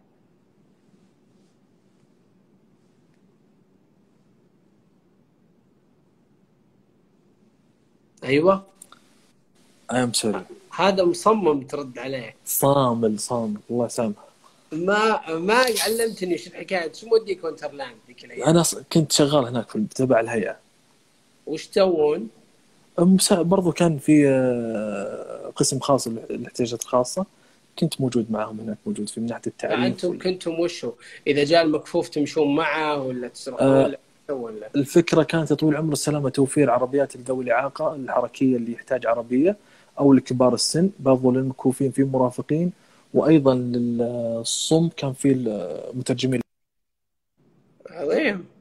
[SPEAKER 2] أيوة.
[SPEAKER 3] اي ام سوري.
[SPEAKER 2] هذا مصمم ترد عليه.
[SPEAKER 3] صامل صامل الله يسامحه.
[SPEAKER 2] ما ما علمتني ايش الحكايه، شو موديك وينترلاند ذيك الايام؟
[SPEAKER 3] انا كنت شغال هناك في تبع الهيئه.
[SPEAKER 2] وش تسوون؟
[SPEAKER 3] برضو كان في آه، قسم خاص للاحتياجات الخاصه، كنت موجود معهم هناك، موجود في من ناحيه التعريف.
[SPEAKER 2] فانتم وال... كنتم وشو اذا جاء المكفوف تمشون معه ولا تسرحون
[SPEAKER 3] آه
[SPEAKER 2] ولا تسوون له؟
[SPEAKER 3] الفكره كانت طول عمر السلامه توفير عربيات لذوي الاعاقه الحركيه اللي يحتاج عربيه، او لكبار السن، برضو للمكفوفين في مرافقين، وايضا للصم كان في المترجمين.
[SPEAKER 2] عظيم.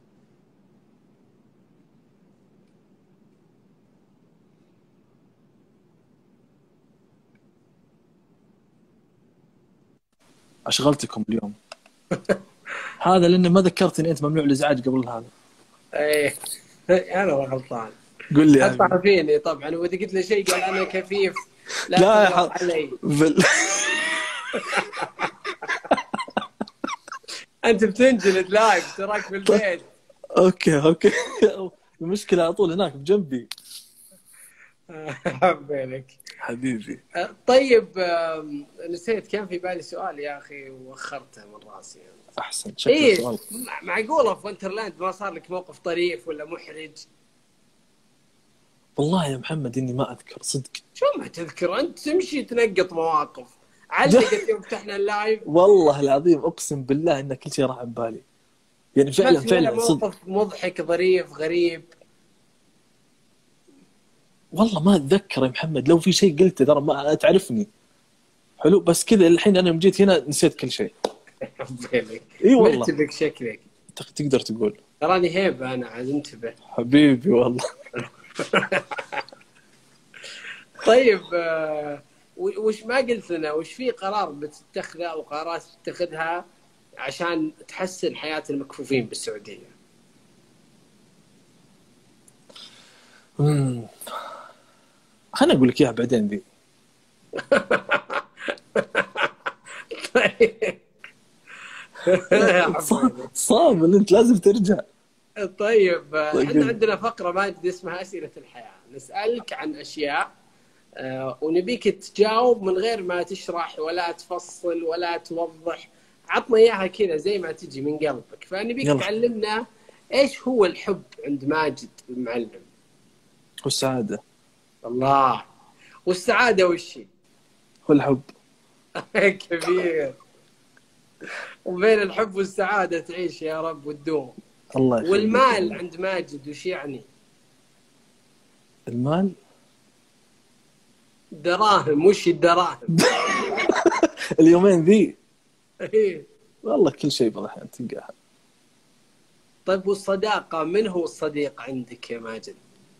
[SPEAKER 3] اشغلتكم اليوم. هذا لأنه ما ذكرتني أنت ممنوع الإزعاج قبل هذا.
[SPEAKER 2] ايه انا غلطان.
[SPEAKER 3] قل لي
[SPEAKER 2] حتى فيني طبعا، واذا قلت له شيء قال انا كفيف لا,
[SPEAKER 3] لا
[SPEAKER 2] يا حق علي.
[SPEAKER 3] بل...
[SPEAKER 2] انت بتنجلد لايف تراك في البيت.
[SPEAKER 3] اوكي اوكي. المشكلة على طول هناك بجنبي.
[SPEAKER 2] حبينك
[SPEAKER 3] حبيبي.
[SPEAKER 2] طيب نسيت، كان في بالي سؤال يا اخي واخرته من راسي.
[SPEAKER 3] احسن شكلك.
[SPEAKER 2] إيه سؤال معقوله في وينترلاند ما صار لك موقف طريف ولا محرج؟
[SPEAKER 3] والله يا محمد اني ما اذكر صدق.
[SPEAKER 2] شو ما تذكر انت؟ تمشي تنقط مواقف. علقت يوم فتحنا اللايف
[SPEAKER 3] والله العظيم اقسم بالله ان كل شيء راح عن بالي، يعني فعلا فعلا
[SPEAKER 2] صدق. موقف مضحك ظريف غريب؟ والله
[SPEAKER 3] ما اتذكر يا محمد. لو في شيء قلته ترى ما تعرفني حلو، بس كذا الحين انا جيت هنا نسيت كل شيء.
[SPEAKER 2] اي والله مرتبك شكلك
[SPEAKER 3] تقدر تقول.
[SPEAKER 2] تراني هيبه انا عاد انتبه.
[SPEAKER 3] حبيبي والله.
[SPEAKER 2] طيب وش ما قلت لنا وش في قرار بتتخذه او قرارات تتخذها عشان تحسن حياة المكفوفين بالسعودية؟
[SPEAKER 3] امم خلنا اقول لك اياها بعدين ذي. صعب اللي انت لازم ترجع.
[SPEAKER 2] طيب احنا عندنا فقرة ماجد اسمها أسئلة الحياة، نسألك عن أشياء آه ونبيك تجاوب من غير ما تشرح ولا تفصل ولا توضح، عطنا إياها كذا زي ما تجي من قلبك. فنبيك تعلمنا إيش هو الحب عند ماجد المعلم.
[SPEAKER 3] والسعادة.
[SPEAKER 2] الله. والسعادة وش هي؟
[SPEAKER 3] هو الحب.
[SPEAKER 2] كبير. وبين الحب والسعادة تعيش يا رب وتدوم.
[SPEAKER 3] الله يخليك.
[SPEAKER 2] والمال عند ماجد وش يعني؟
[SPEAKER 3] المال
[SPEAKER 2] دراهم. وش الدراهم؟
[SPEAKER 3] اليومين ذي
[SPEAKER 2] ايه
[SPEAKER 3] والله كل شيء بضح انت تلقاها.
[SPEAKER 2] طيب والصداقة، من هو الصديق عندك يا ماجد؟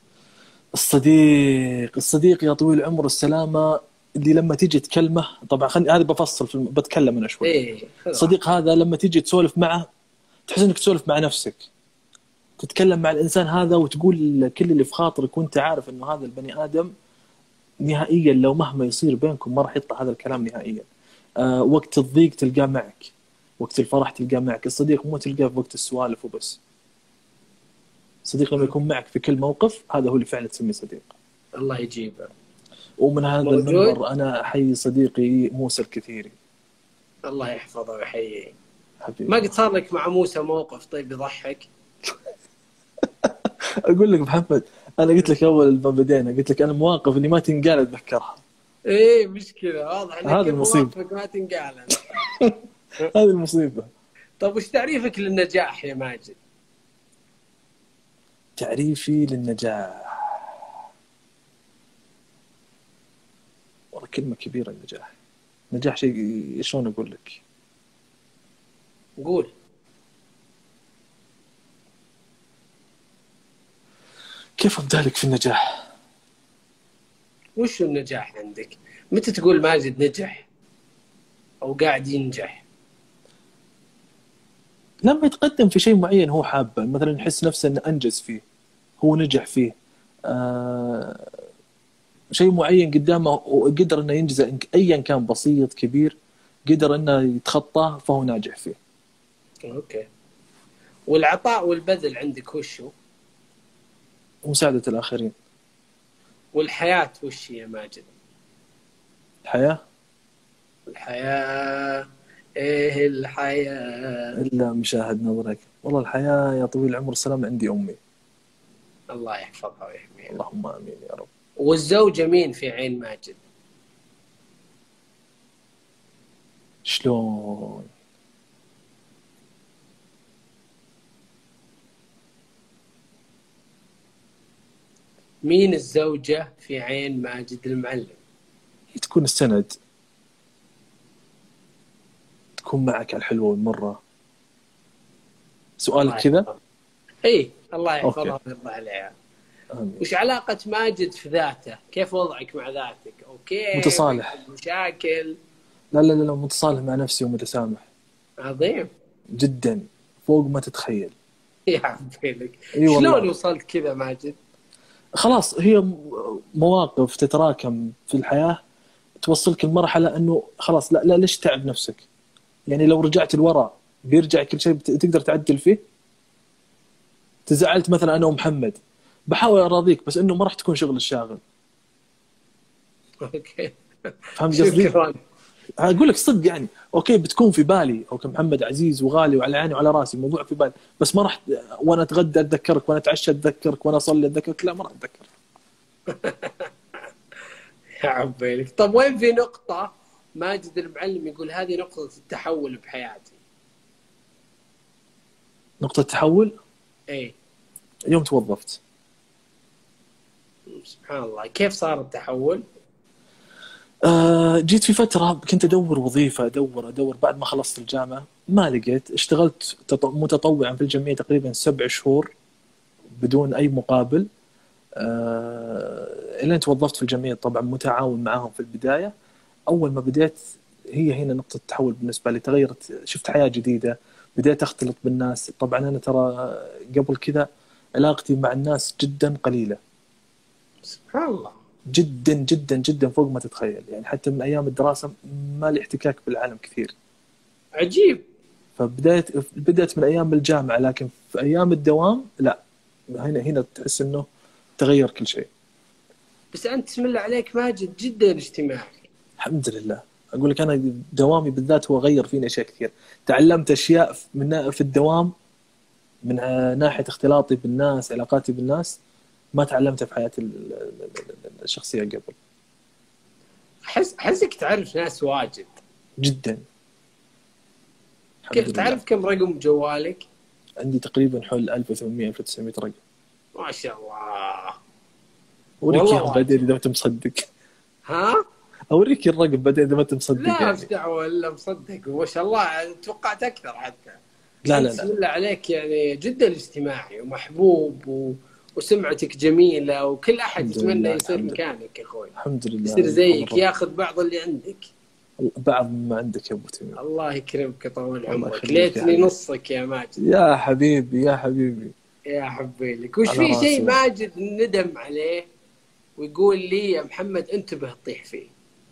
[SPEAKER 3] الصديق الصديق يا طويل العمر السلامة اللي لما تيجي تكلمه، طبعا خلني هذا بفصل في بتكلم انا شوي.
[SPEAKER 2] إيه
[SPEAKER 3] الصديق هذا لما تيجي تسولف معه تحس انك تسولف مع نفسك، تتكلم مع الانسان هذا وتقول كل اللي في خاطرك، وانت عارف انه هذا البني ادم نهائيا لو مهما يصير بينكم ما راح يطلع هذا الكلام نهائيا. أه وقت الضيق تلقاه معك، وقت الفرح تلقاه معك. الصديق مو تلقاه في وقت السوالف وبس. صديق لما يكون معك في كل موقف، هذا هو اللي فعلا تسميه صديق.
[SPEAKER 2] الله يجيبه.
[SPEAKER 3] ومن هذا
[SPEAKER 2] موجود.
[SPEAKER 3] المنبر انا احيي صديقي موسى الكثيري.
[SPEAKER 2] الله يحفظه ويحييه.
[SPEAKER 3] حبيبي.
[SPEAKER 2] ما قد صار لك مع موسى موقف طيب يضحك؟
[SPEAKER 3] اقول لك محمد، انا قلت لك اول ما بدينا قلت لك انا مواقف اللي ما تنقال اتذكرها.
[SPEAKER 2] ايه مشكله واضح انك
[SPEAKER 3] هذه المصيبه
[SPEAKER 2] ما تنقال.
[SPEAKER 3] هذه المصيبه.
[SPEAKER 2] طب وش تعريفك للنجاح يا ماجد؟
[SPEAKER 3] تعريفي للنجاح والله كلمة كبيرة النجاح. نجاح شيء شلون أقول لك؟
[SPEAKER 2] قول.
[SPEAKER 3] كيف أبدأ في النجاح؟
[SPEAKER 2] وش النجاح عندك؟ متى تقول ماجد نجح أو قاعد ينجح؟
[SPEAKER 3] لما يتقدم في شيء معين هو حابه، مثلا يحس نفسه أنه أنجز فيه، هو نجح فيه، آه شيء معين قدامه وقدر أنه ينجزه أيا كان بسيط كبير، قدر أنه يتخطاه فهو ناجح فيه.
[SPEAKER 2] أوكي. والعطاء والبذل عندك وشو؟
[SPEAKER 3] ومساعدة الآخرين.
[SPEAKER 2] والحياة وش يا ماجد؟
[SPEAKER 3] الحياة
[SPEAKER 2] الحياة إيه الحياة؟
[SPEAKER 3] إلا مشاهد نظرك. والله الحياة يا طويل العمر السلام عندي أمي،
[SPEAKER 2] الله يحفظها ويحميها.
[SPEAKER 3] اللهم آمين يا رب.
[SPEAKER 2] والزوجة مين في عين ماجد؟
[SPEAKER 3] شلون؟
[SPEAKER 2] مين الزوجة في عين ماجد المعلم؟
[SPEAKER 3] تكون السند، تكون معك الحلوة والمرة. سؤالك كذا؟
[SPEAKER 2] اي الله يحفظها ويرضى عليها.
[SPEAKER 3] آمين.
[SPEAKER 2] وش علاقة ماجد في ذاته؟ كيف وضعك مع ذاتك؟ اوكي
[SPEAKER 3] متصالح.
[SPEAKER 2] مشاكل؟
[SPEAKER 3] لا لا لا متصالح مع نفسي ومتسامح.
[SPEAKER 2] عظيم
[SPEAKER 3] جدا فوق ما تتخيل.
[SPEAKER 2] يا حبيبك.
[SPEAKER 3] أي والله.
[SPEAKER 2] شلون وصلت كذا ماجد؟
[SPEAKER 3] خلاص هي مواقف تتراكم في الحياة توصلك لمرحلة أنه خلاص لا لا ليش تعب نفسك؟ يعني لو رجعت الوراء بيرجع كل شيء تقدر تعدل فيه. تزعلت مثلا أنا ومحمد، بحاول أراضيك بس إنه ما راح تكون شغل الشاغل.
[SPEAKER 2] اوكي
[SPEAKER 3] فهمت قصدي؟
[SPEAKER 2] شكرا.
[SPEAKER 3] أقول لك صدق يعني أوكي بتكون في بالي أوكي محمد عزيز وغالي وعلى عيني وعلى راسي، موضوع في بالي، بس ما راح وأنا أتغدى أتذكرك، وأنا أتعشى أتذكرك، وأنا أصلي أتذكرك، لا ما راح أتذكر.
[SPEAKER 2] يا عبيلك. طب وين في نقطة ماجد المعلم يقول هذه نقطة التحول بحياتي؟
[SPEAKER 3] نقطة تحول؟
[SPEAKER 2] ايه
[SPEAKER 3] يوم توظفت.
[SPEAKER 2] سبحان الله. كيف صار التحول؟
[SPEAKER 3] آه جيت في فترة كنت أدور وظيفة، أدور أدور بعد ما خلصت الجامعة ما لقيت. اشتغلت متطوعا في الجمعية تقريبا سبع شهور بدون أي مقابل، آه إلين توظفت في الجمعية طبعا متعاون معاهم في البداية. أول ما بديت هي هنا نقطة التحول بالنسبة لي، تغيرت، شفت حياة جديدة، بديت أختلط بالناس. طبعا أنا ترى قبل كذا علاقتي مع الناس جدا قليلة،
[SPEAKER 2] سبحان الله،
[SPEAKER 3] جدا جدا جدا فوق ما تتخيل. يعني حتى من أيام الدراسة ما لي احتكاك بالعالم كثير.
[SPEAKER 2] عجيب.
[SPEAKER 3] فبدأت بدأت من أيام الجامعة، لكن في أيام الدوام لا، هنا هنا تحس إنه تغير كل شيء.
[SPEAKER 2] بس أنت بسم الله عليك ماجد جدا اجتماعي.
[SPEAKER 3] الحمد لله. أقول لك أنا دوامي بالذات هو غير فيني أشياء كثير. تعلمت أشياء من في الدوام من ناحية اختلاطي بالناس، علاقاتي بالناس، ما تعلمتها في حياتي الشخصية قبل.
[SPEAKER 2] أحس أحسك تعرف ناس واجد
[SPEAKER 3] جدا.
[SPEAKER 2] كيف تعرف كم رقم جوالك؟
[SPEAKER 3] عندي تقريبا حول ألف وثمانمائة ألف وتسعمائة رقم.
[SPEAKER 2] ما شاء الله.
[SPEAKER 3] أوريك بعدين إذا ما أنت مصدق.
[SPEAKER 2] ها؟
[SPEAKER 3] أوريك الرقم بعدين إذا ما أنت مصدق.
[SPEAKER 2] لا
[SPEAKER 3] يعني.
[SPEAKER 2] مش دعوة إلا مصدق. وما شاء الله توقعت أكثر حتى.
[SPEAKER 3] لا لا لا.
[SPEAKER 2] بسم الله عليك يعني جدا اجتماعي ومحبوب و... وسمعتك جميلة وكل أحد يتمنى يصير مكانك يا أخوي.
[SPEAKER 3] الحمد لله.
[SPEAKER 2] يصير زيك، ياخذ بعض اللي عندك.
[SPEAKER 3] بعض ما عندك يا أبو تميم.
[SPEAKER 2] الله يكرمك طول عمرك. ليتني نصك يا ماجد.
[SPEAKER 3] يا حبيبي يا حبيبي
[SPEAKER 2] يا حبيلك. وش في شيء ماجد ندم عليه ويقول لي يا محمد انتبه تطيح فيه؟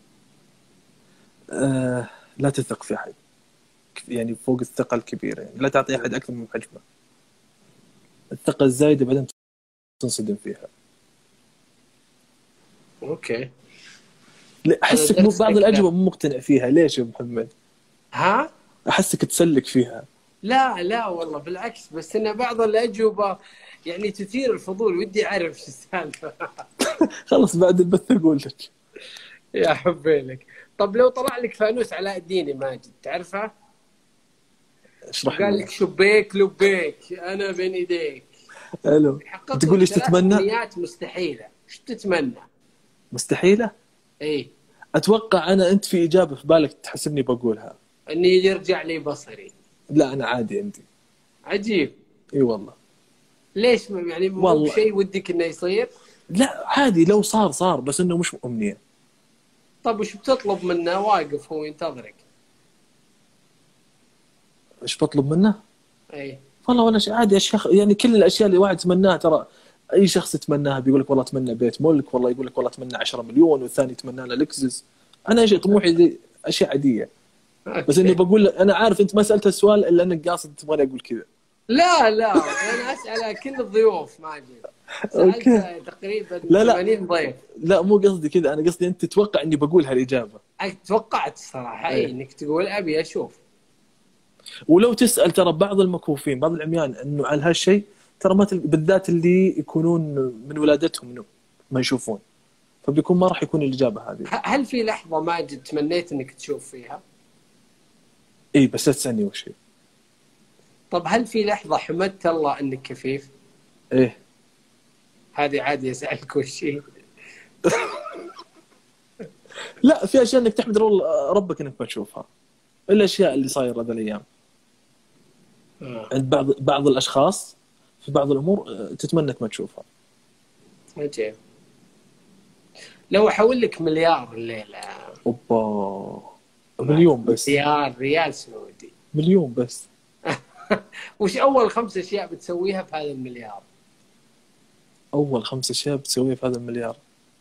[SPEAKER 3] آه لا تثق في أحد، يعني فوق الثقة الكبيرة، يعني لا تعطي أحد أكثر من حجمه. الثقة الزايدة بعدين تنصدم فيها.
[SPEAKER 2] أوكي.
[SPEAKER 3] أحسك مو بعض الأجوبة مو مقتنع فيها. ليش يا محمد؟
[SPEAKER 2] ها؟
[SPEAKER 3] أحسك تسلك فيها.
[SPEAKER 2] لا لا والله بالعكس، بس إن بعض الأجوبة يعني تثير الفضول، ودي أعرف شو السالفة.
[SPEAKER 3] خلص بعد البث أقول لك.
[SPEAKER 2] يا حبيلك. طب لو طلع لك فانوس علاء الدين يا ماجد تعرفها؟
[SPEAKER 3] اشرح.
[SPEAKER 2] قال لك شبيك لبيك أنا بين إيديك.
[SPEAKER 3] حلو. تقول ايش تتمنى؟
[SPEAKER 2] أمنيات مستحيلة. ايش تتمنى؟
[SPEAKER 3] مستحيلة؟
[SPEAKER 2] إيه.
[SPEAKER 3] اتوقع انا انت في اجابه في بالك تحسبني بقولها.
[SPEAKER 2] اني يرجع لي بصري.
[SPEAKER 3] لا انا عادي عندي.
[SPEAKER 2] عجيب.
[SPEAKER 3] اي والله.
[SPEAKER 2] ليش يعني مو
[SPEAKER 3] والله.
[SPEAKER 2] بشيء ودك انه يصير؟
[SPEAKER 3] لا عادي لو صار صار، بس انه مش امنيه.
[SPEAKER 2] طب وش بتطلب منه واقف هو ينتظرك؟
[SPEAKER 3] ايش بطلب منه؟
[SPEAKER 2] اي
[SPEAKER 3] والله ولا شيء، عادي اشياء يعني كل الاشياء اللي واحد يتمناها ترى اي شخص يتمناها، بيقول لك والله اتمنى بيت ملك، والله يقول لك والله اتمنى عشرة مليون، والثاني يتمنى له لكزس. انا ايش طموحي دي اشياء عاديه، بس اني بقول انا عارف انت ما سالت السؤال الا انك قاصد تبغاني اقول كذا.
[SPEAKER 2] لا لا انا اسال كل الضيوف ماجد،
[SPEAKER 3] أوكي.
[SPEAKER 2] سالت تقريبا
[SPEAKER 3] لا لا.
[SPEAKER 2] ثمانين ضيف.
[SPEAKER 3] لا مو قصدي كذا، انا قصدي انت تتوقع اني بقول هالاجابه.
[SPEAKER 2] توقعت الصراحه اي
[SPEAKER 3] إيه.
[SPEAKER 2] انك تقول ابي اشوف.
[SPEAKER 3] ولو تسال ترى بعض المكفوفين بعض العميان انه على هالشيء ترى ما تل... بالذات اللي يكونون من ولادتهم انه ما يشوفون، فبيكون ما راح يكون الاجابه هذه.
[SPEAKER 2] ه- هل في لحظه ماجد تمنيت انك تشوف فيها؟
[SPEAKER 3] اي بس لا تسالني وش هي.
[SPEAKER 2] طب هل في لحظه حمدت الله انك كفيف؟
[SPEAKER 3] ايه
[SPEAKER 2] هذه عادي اسالك وش هي.
[SPEAKER 3] لا في اشياء انك تحمد ربك انك ما تشوفها، الاشياء اللي صايره ذا الايام
[SPEAKER 2] آه.
[SPEAKER 3] عند بعض بعض الاشخاص في بعض الامور آه، تتمنى انك ما تشوفها.
[SPEAKER 2] عجيب. لو احول لك مليار الليله.
[SPEAKER 3] اوبا مليون بس.
[SPEAKER 2] مليار ريال سعودي.
[SPEAKER 3] مليون بس.
[SPEAKER 2] وش اول خمس اشياء بتسويها بهذا المليار؟
[SPEAKER 3] اول خمس اشياء بتسويها في هذا المليار،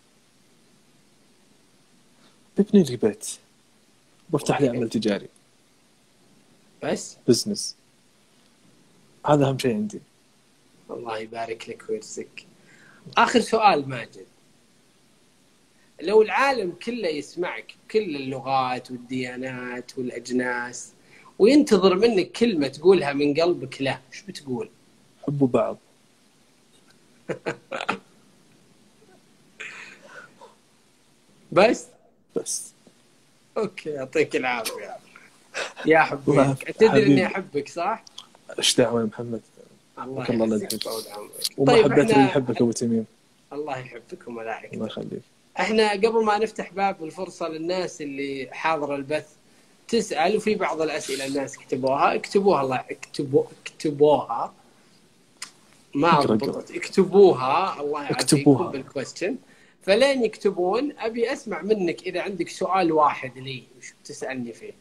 [SPEAKER 3] ببني لي بيت، بفتح لي عمل تجاري،
[SPEAKER 2] بس
[SPEAKER 3] بزنس، هذا اهم شيء عندي.
[SPEAKER 2] الله يبارك لك ويرزقك. اخر سؤال ماجد، لو العالم كله يسمعك بكل اللغات والديانات والاجناس وينتظر منك كلمه تقولها من قلبك له، ايش بتقول؟
[SPEAKER 3] حبوا بعض.
[SPEAKER 2] بس
[SPEAKER 3] بس
[SPEAKER 2] اوكي يعطيك العافيه يا حبيبك. تدري اني احبك صح؟
[SPEAKER 3] ايش دعوه يا محمد.
[SPEAKER 2] الله
[SPEAKER 3] الله لا
[SPEAKER 2] يحفظك
[SPEAKER 3] يحبك.
[SPEAKER 2] طول عمرك.
[SPEAKER 3] وما
[SPEAKER 2] طيب
[SPEAKER 3] حبيت
[SPEAKER 2] إحنا-
[SPEAKER 3] اللي يحبك ابو تميم.
[SPEAKER 2] الله يحبك وملاحك.
[SPEAKER 3] الله يخليك.
[SPEAKER 2] احنا قبل ما نفتح باب الفرصه للناس اللي حاضره البث تسال، وفي بعض الاسئله الناس كتبوها، اكتبوها الله اكتبوا اكتبوها ما
[SPEAKER 3] اقرأ
[SPEAKER 2] ضبطت، اكتبوها الله
[SPEAKER 3] اكتبوها.
[SPEAKER 2] يعافيكم بالكويستشن. فلين يكتبون ابي اسمع منك اذا عندك سؤال واحد لي وش بتسالني فيه؟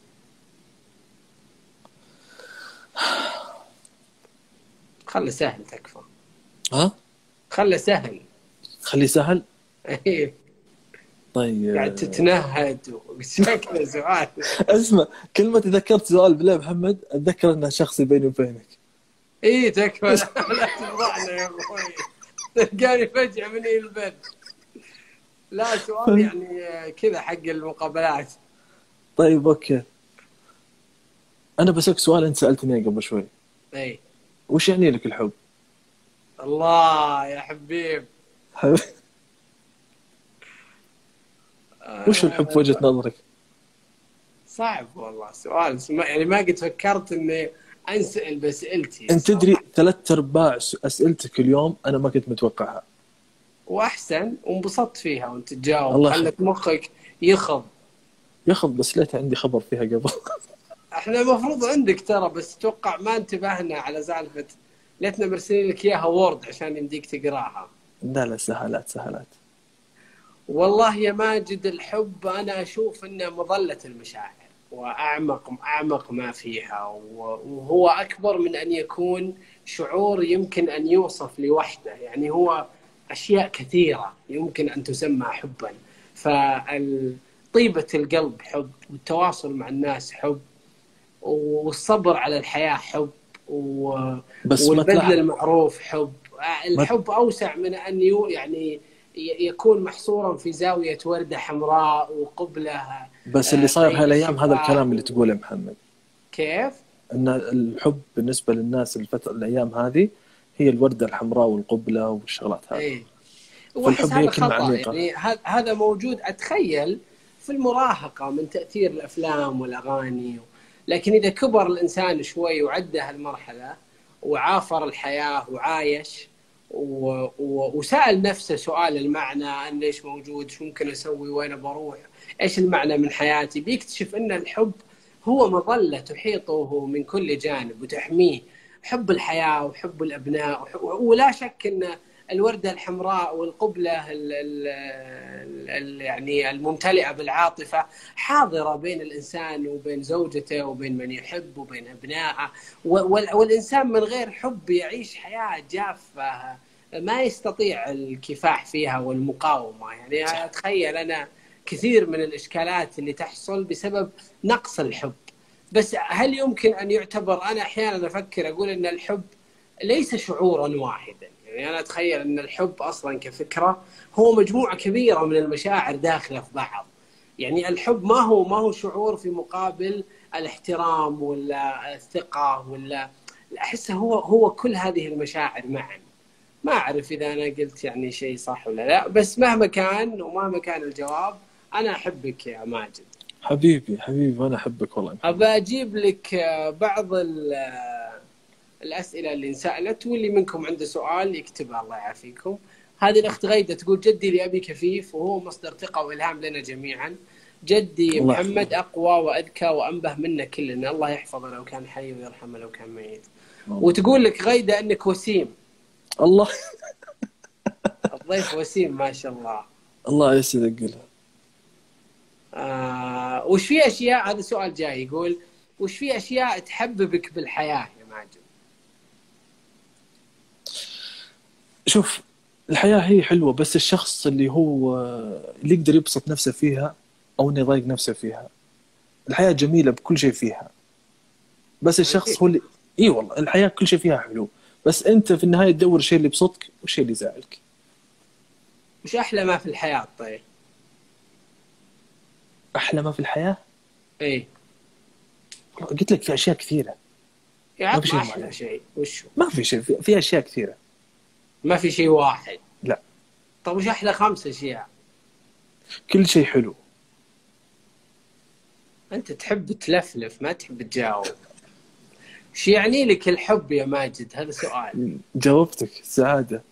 [SPEAKER 2] خله سهل تكفى.
[SPEAKER 3] ها
[SPEAKER 2] خله سهل.
[SPEAKER 3] خليه سهل.
[SPEAKER 2] ايه
[SPEAKER 3] طيب
[SPEAKER 2] قاعد تتنهد وشكله سؤال.
[SPEAKER 3] اسمع كلمة تذكرت سؤال بالله محمد اتذكر انه شخصي بيني وبينك.
[SPEAKER 2] ايه تكفى. لا لا تفضحنا يا اخوي، تلقاني فجأة من البث. لا سؤال يعني كذا حق المقابلات.
[SPEAKER 3] طيب اوكي انا بسألك سؤال انت سألتني قبل شوي.
[SPEAKER 2] اي
[SPEAKER 3] وش يعني لك الحب؟
[SPEAKER 2] الله يا حبيب.
[SPEAKER 3] حب... وش الحب في وجهة نظرك؟
[SPEAKER 2] صعب والله سؤال يعني ما قد فكرت اني انسأل باسئلتي.
[SPEAKER 3] انت تدري ثلاث ارباع اسئلتك اليوم انا ما كنت متوقعها،
[SPEAKER 2] واحسن وانبسطت فيها وانت تجاوب،
[SPEAKER 3] الله
[SPEAKER 2] خلت مخك يخض.
[SPEAKER 3] ياخذ بس ليت عندي خبر فيها قبل.
[SPEAKER 2] احنا المفروض عندك ترى، بس اتوقع ما انتبهنا على سالفه، ليتنا مرسلين لك اياها وورد عشان يمديك تقراها.
[SPEAKER 3] لا لا سهلات سهلات.
[SPEAKER 2] والله يا ماجد الحب انا اشوف انه مظله المشاعر واعمق اعمق ما فيها، وهو اكبر من ان يكون شعور يمكن ان يوصف لوحده، يعني هو اشياء كثيره يمكن ان تسمى حبا. فطيبه القلب حب، والتواصل مع الناس حب، والصبر على الحياه حب، والبذل المعروف حب. الحب اوسع من ان يو يعني يكون محصورا في زاويه ورده حمراء وقبله.
[SPEAKER 3] بس اللي صاير هالايام هذا الكلام اللي تقوله محمد.
[SPEAKER 2] كيف؟
[SPEAKER 3] ان الحب بالنسبه للناس الفتره الايام هذه هي الورده الحمراء والقبله والشغلات هذه.
[SPEAKER 2] ايه والحب
[SPEAKER 3] هي
[SPEAKER 2] خطا يعني هذا موجود اتخيل في المراهقه من تاثير الافلام والاغاني، لكن اذا كبر الانسان شوي وعدى هالمرحله وعافر الحياه وعايش و... و... وسأل نفسه سؤال المعنى، أن ليش موجود، شو ممكن أسوي، وين بروح، إيش المعنى من حياتي، بيكتشف أن الحب هو مظلة تحيطه من كل جانب وتحميه. حب الحياة وحب الأبناء، ولا شك أن الوردة الحمراء والقبلة ال ال ال يعني الممتلئة بالعاطفة حاضرة بين الإنسان وبين زوجته وبين من يحب وبين أبنائه. والإنسان من غير حب يعيش حياة جافة ما يستطيع الكفاح فيها والمقاومة. يعني أتخيل أنا كثير من الإشكالات اللي تحصل بسبب نقص الحب. بس هل يمكن أن يعتبر، أنا أحيانا أفكر أقول أن الحب ليس شعورا واحدا. يعني أنا أتخيل أن الحب أصلا كفكرة هو مجموعة كبيرة من المشاعر داخلة في بعض. يعني الحب ما هو ما هو شعور في مقابل الاحترام ولا الثقة، ولا أحسه هو هو كل هذه المشاعر معا. ما أعرف إذا أنا قلت يعني شيء صح ولا لا، بس مهما كان ومهما كان الجواب أنا أحبك يا ماجد.
[SPEAKER 3] حبيبي حبيبي أنا أحبك والله.
[SPEAKER 2] أبى أجيب لك بعض الأسئلة اللي انسألت، واللي منكم عنده سؤال يكتبها الله يعافيكم. هذه الأخت غيدة تقول: جدي لأبي كفيف وهو مصدر ثقة وإلهام لنا جميعا. جدي محمد أقوى وأذكى وأنبه منا كلنا، الله يحفظه لو كان حي ويرحمه لو كان ميت. وتقول لك غيدة أنك وسيم.
[SPEAKER 3] الله
[SPEAKER 2] الضيف وسيم ما شاء الله.
[SPEAKER 3] الله يسعدك. قلها.
[SPEAKER 2] آه وش في أشياء، هذا سؤال جاي يقول: وش في أشياء تحببك بالحياة يا ماجد؟
[SPEAKER 3] شوف، الحياة هي حلوة، بس الشخص اللي هو اللي يقدر يبسط نفسه فيها أو إنه يضايق نفسه فيها. الحياة جميلة بكل شيء فيها، بس الشخص هو اللي إيه والله الحياة كل شيء فيها حلو، بس أنت في النهاية تدور الشيء اللي يبسطك والشيء اللي يزعلك.
[SPEAKER 2] وش أحلى ما في الحياة طيب؟
[SPEAKER 3] أحلى ما في الحياة؟
[SPEAKER 2] إيه
[SPEAKER 3] قلت لك في أشياء كثيرة.
[SPEAKER 2] ما في شيء أحلى شيء. وش
[SPEAKER 3] ما في شيء، في, في أشياء كثيرة.
[SPEAKER 2] ما في شيء واحد.
[SPEAKER 3] لا.
[SPEAKER 2] طب وش أحلى خمسة أشياء؟
[SPEAKER 3] كل شيء حلو.
[SPEAKER 2] أنت تحب تلفلف ما تحب تجاوب. وش يعني لك الحب يا ماجد؟ هذا سؤال.
[SPEAKER 3] جاوبتك سعادة.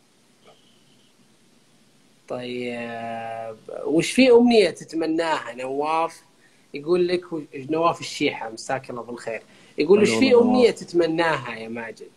[SPEAKER 2] طيب وش في أمنية تتمناها؟ نواف يقول لك، نواف الشيحة مساك الله بالخير، يقول وش في أمنية تتمناها يا ماجد؟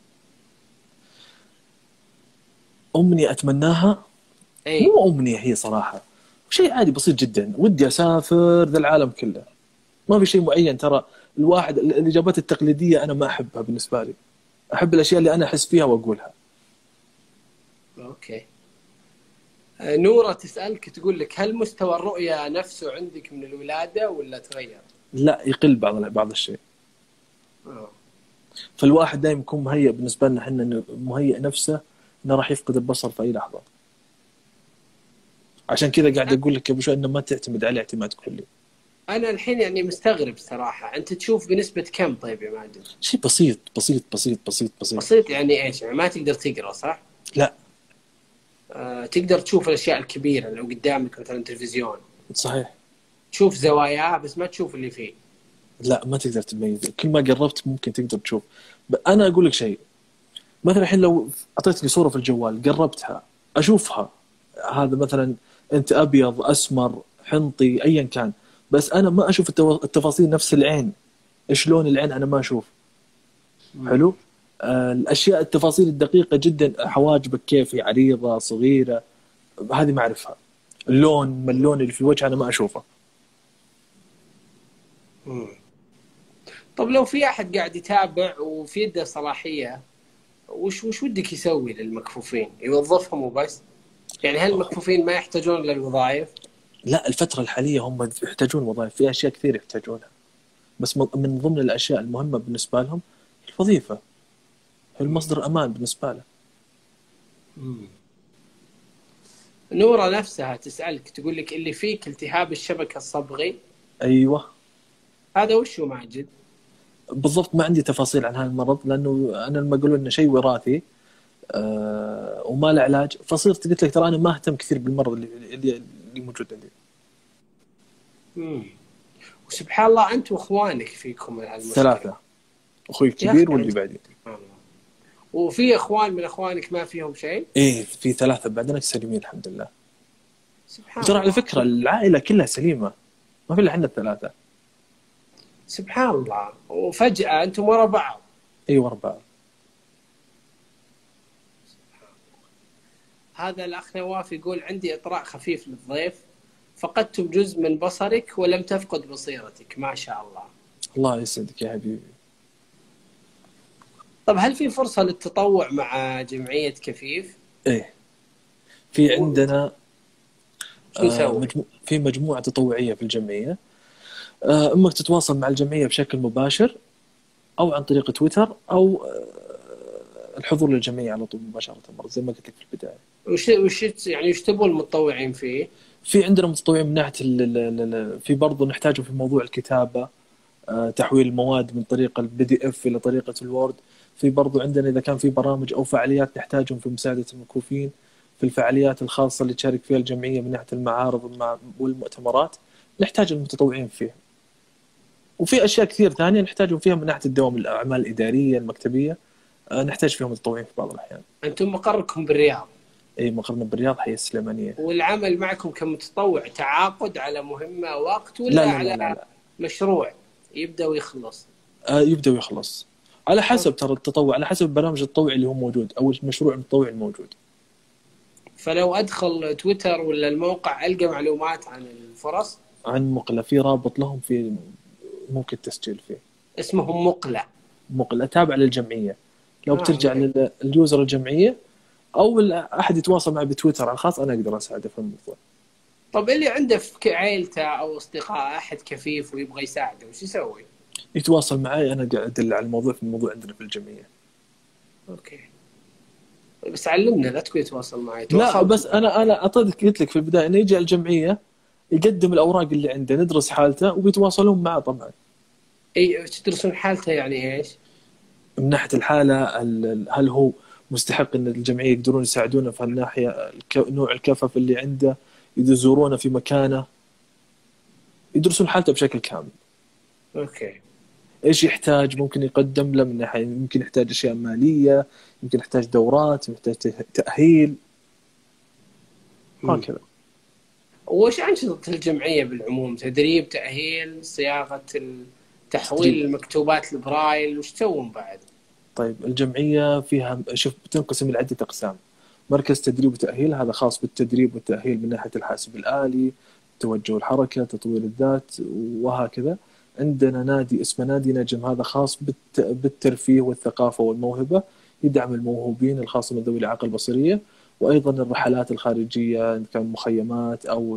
[SPEAKER 3] أمنية أتمناها؟
[SPEAKER 2] أي.
[SPEAKER 3] مو أمنية هي صراحة، شيء عادي بسيط جدا. ودي أسافر ذا العالم كله، ما في شيء معين. ترى الواحد الإجابات التقليدية أنا ما أحبها بالنسبة لي، أحب الأشياء اللي أنا أحس فيها وأقولها.
[SPEAKER 2] أوكي. نورة تسألك تقول لك: هل مستوى الرؤية نفسه عندك من الولادة ولا تغير؟
[SPEAKER 3] لا، يقل بعض بعض الشيء.
[SPEAKER 2] أوه.
[SPEAKER 3] فالواحد دائما يكون مهيئ، بالنسبة لنا إحنا مهيئ نفسه إنه راح يفقد البصر في أي لحظة. عشان كذا قاعد أقول لك قبل شوي إنه ما تعتمد عليه اعتماد كلي.
[SPEAKER 2] أنا الحين يعني مستغرب صراحة، أنت تشوف بنسبة كم طيب يا ماجد؟
[SPEAKER 3] شيء بسيط بسيط بسيط بسيط بسيط.
[SPEAKER 2] بسيط يعني إيش؟ يعني ما تقدر تقرأ صح؟
[SPEAKER 3] لا.
[SPEAKER 2] آه، تقدر تشوف الأشياء الكبيرة لو قدامك مثلا تلفزيون.
[SPEAKER 3] صحيح.
[SPEAKER 2] تشوف زواياه بس ما تشوف اللي فيه.
[SPEAKER 3] لا، ما تقدر تميز. كل ما قربت ممكن تقدر تشوف. أنا أقول لك شيء، مثلا الحين لو أعطيتني صورة في الجوال قربتها أشوفها، هذا مثلا أنت أبيض أسمر حنطي أيا كان، بس أنا ما أشوف التفاصيل. نفس العين، إيش لون العين أنا ما أشوف. حلو. آه الأشياء التفاصيل الدقيقة جدا، حواجبك كيف هي، عريضة صغيرة، هذه ما أعرفها. اللون من اللون اللي في الوجه أنا ما أشوفه.
[SPEAKER 2] مم. طب لو في أحد قاعد يتابع وفي يده صلاحية، وش وش ودك يسوي للمكفوفين؟ يوظفهم وبس؟ يعني هل المكفوفين ما يحتاجون للوظائف؟
[SPEAKER 3] لا، الفترة الحالية هم يحتاجون وظائف، في أشياء كثير يحتاجونها، بس من ضمن الأشياء المهمة بالنسبة لهم الوظيفة، هي المصدر أمان بالنسبة له.
[SPEAKER 2] مم. نورة نفسها تسألك تقول لك: اللي فيك التهاب الشبكة الصبغي.
[SPEAKER 3] أيوة.
[SPEAKER 2] هذا وشو ماجد؟
[SPEAKER 3] بالضبط ما عندي تفاصيل عن هذا المرض، لأنه أنا لما أقول إنه شيء وراثي أه وما له علاج، فصرت قلت لك ترى أنا ما أهتم كثير بالمرض اللي اللي, اللي موجود عندي.
[SPEAKER 2] امم وسبحان الله أنت وإخوانك فيكم هالمشكلة.
[SPEAKER 3] ثلاثة، أخوي الكبير واللي بعدي.
[SPEAKER 2] وفي إخوان من إخوانك ما فيهم شيء؟
[SPEAKER 3] إيه، في ثلاثة بعدنا سليمين الحمد لله.
[SPEAKER 2] سبحان
[SPEAKER 3] ترى على
[SPEAKER 2] الله.
[SPEAKER 3] فكرة العائلة كلها سليمة، ما في إلا إحنا الثلاثة.
[SPEAKER 2] سبحان الله. وفجأة أنتم ورا بعض.
[SPEAKER 3] أيوة أربعة.
[SPEAKER 2] هذا الأخ نواف يقول عندي إطراء خفيف للضيف، فقدتم جزء من بصرك ولم تفقد بصيرتك. ما شاء الله.
[SPEAKER 3] الله يسعدك يا حبيبي.
[SPEAKER 2] طب هل في فرصة للتطوع مع جمعية كفيف؟
[SPEAKER 3] إيه، في عندنا
[SPEAKER 2] شو نسوي؟
[SPEAKER 3] مجمو... في مجموعة تطوعية في الجمعية. آه، إما تتواصل مع الجمعية بشكل مباشر أو عن طريق تويتر أو آه، الحضور للجمعية على طول مباشرة، مرة زي ما قلت لك في البداية.
[SPEAKER 2] وش وش يعني وش تبون المتطوعين فيه؟
[SPEAKER 3] في عندنا متطوعين من ناحية ال... ال... ال... في برضو نحتاجه في موضوع الكتابة، آه، تحويل المواد من طريقة البي دي اف إلى طريقة الوورد. في برضو عندنا إذا كان في برامج أو فعاليات نحتاجهم في مساعدة المكفوفين في الفعاليات الخاصة اللي تشارك فيها الجمعية من ناحية المعارض والمؤتمرات، نحتاج المتطوعين فيها. وفي أشياء كثير ثانية نحتاجهم فيها من ناحية الدوام الأعمال الإدارية المكتبية، نحتاج فيهم متطوعين في بعض الأحيان.
[SPEAKER 2] أنتم مقركم بالرياض؟
[SPEAKER 3] أي، مقرنا بالرياض، حي السليمانية.
[SPEAKER 2] والعمل معكم كمتطوع تعاقد على مهمة وقت ولا
[SPEAKER 3] لا لا
[SPEAKER 2] على
[SPEAKER 3] لا لا لا.
[SPEAKER 2] مشروع يبدأ ويخلص؟
[SPEAKER 3] آه، يبدأ ويخلص على حسب، ترى التطوع على حسب البرنامج التطوعي اللي هو موجود أو المشروع التطوعي الموجود.
[SPEAKER 2] فلو أدخل تويتر ولا الموقع ألقى معلومات عن الفرص؟
[SPEAKER 3] عن مقلة، في رابط لهم في ممكن التسجيل فيه،
[SPEAKER 2] اسمهم مقلة.
[SPEAKER 3] مقلة تابع للجمعية. لو
[SPEAKER 2] آه
[SPEAKER 3] بترجع
[SPEAKER 2] ممكن.
[SPEAKER 3] لليوزر الجمعية أو أحد يتواصل معي بتويتر على الخاص، أنا أقدر أساعده في الموضوع.
[SPEAKER 2] طب اللي عنده في عائلته أو أصدقاء أحد كفيف ويبغى يساعده وش يسوي؟
[SPEAKER 3] يتواصل معي، أنا قاعد أدل على الموضوع في الموضوع عندنا في الجمعية.
[SPEAKER 2] أوكي، بس علمنا لا تقول يتواصل معي.
[SPEAKER 3] لا بس أنا أنا أعطيتك، قلت لك في البداية إنه يجي الجمعية يقدم الأوراق اللي عنده، ندرس حالته وبيتواصلون معه طبعا.
[SPEAKER 2] أي تدرسون حالته يعني إيش؟
[SPEAKER 3] من ناحية الحالة، هل هو مستحق أن الجمعية يقدرون يساعدونه في هالناحية، نوع الكفف اللي عنده، يزورونا في مكانه، يدرسون حالته بشكل كامل.
[SPEAKER 2] أوكي.
[SPEAKER 3] إيش يحتاج ممكن يقدم له من ناحية، يمكن يحتاج أشياء مالية، يمكن يحتاج دورات، يحتاج تأهيل، هكذا.
[SPEAKER 2] وش أنشطة الجمعية بالعموم؟ تدريب، تأهيل، صياغة تحويل
[SPEAKER 3] تدريب.
[SPEAKER 2] المكتوبات البرايل، وش تسوون بعد؟
[SPEAKER 3] طيب الجمعية فيها، شوف، بتنقسم إلى عدة أقسام. مركز تدريب وتأهيل، هذا خاص بالتدريب والتأهيل من ناحية الحاسب الآلي، توجه الحركة، تطوير الذات وهكذا. عندنا نادي اسمه نادي نجم، هذا خاص بالترفيه والثقافة والموهبة، يدعم الموهوبين الخاصة من ذوي الإعاقة البصرية، وأيضا الرحلات الخارجية إن كان مخيمات أو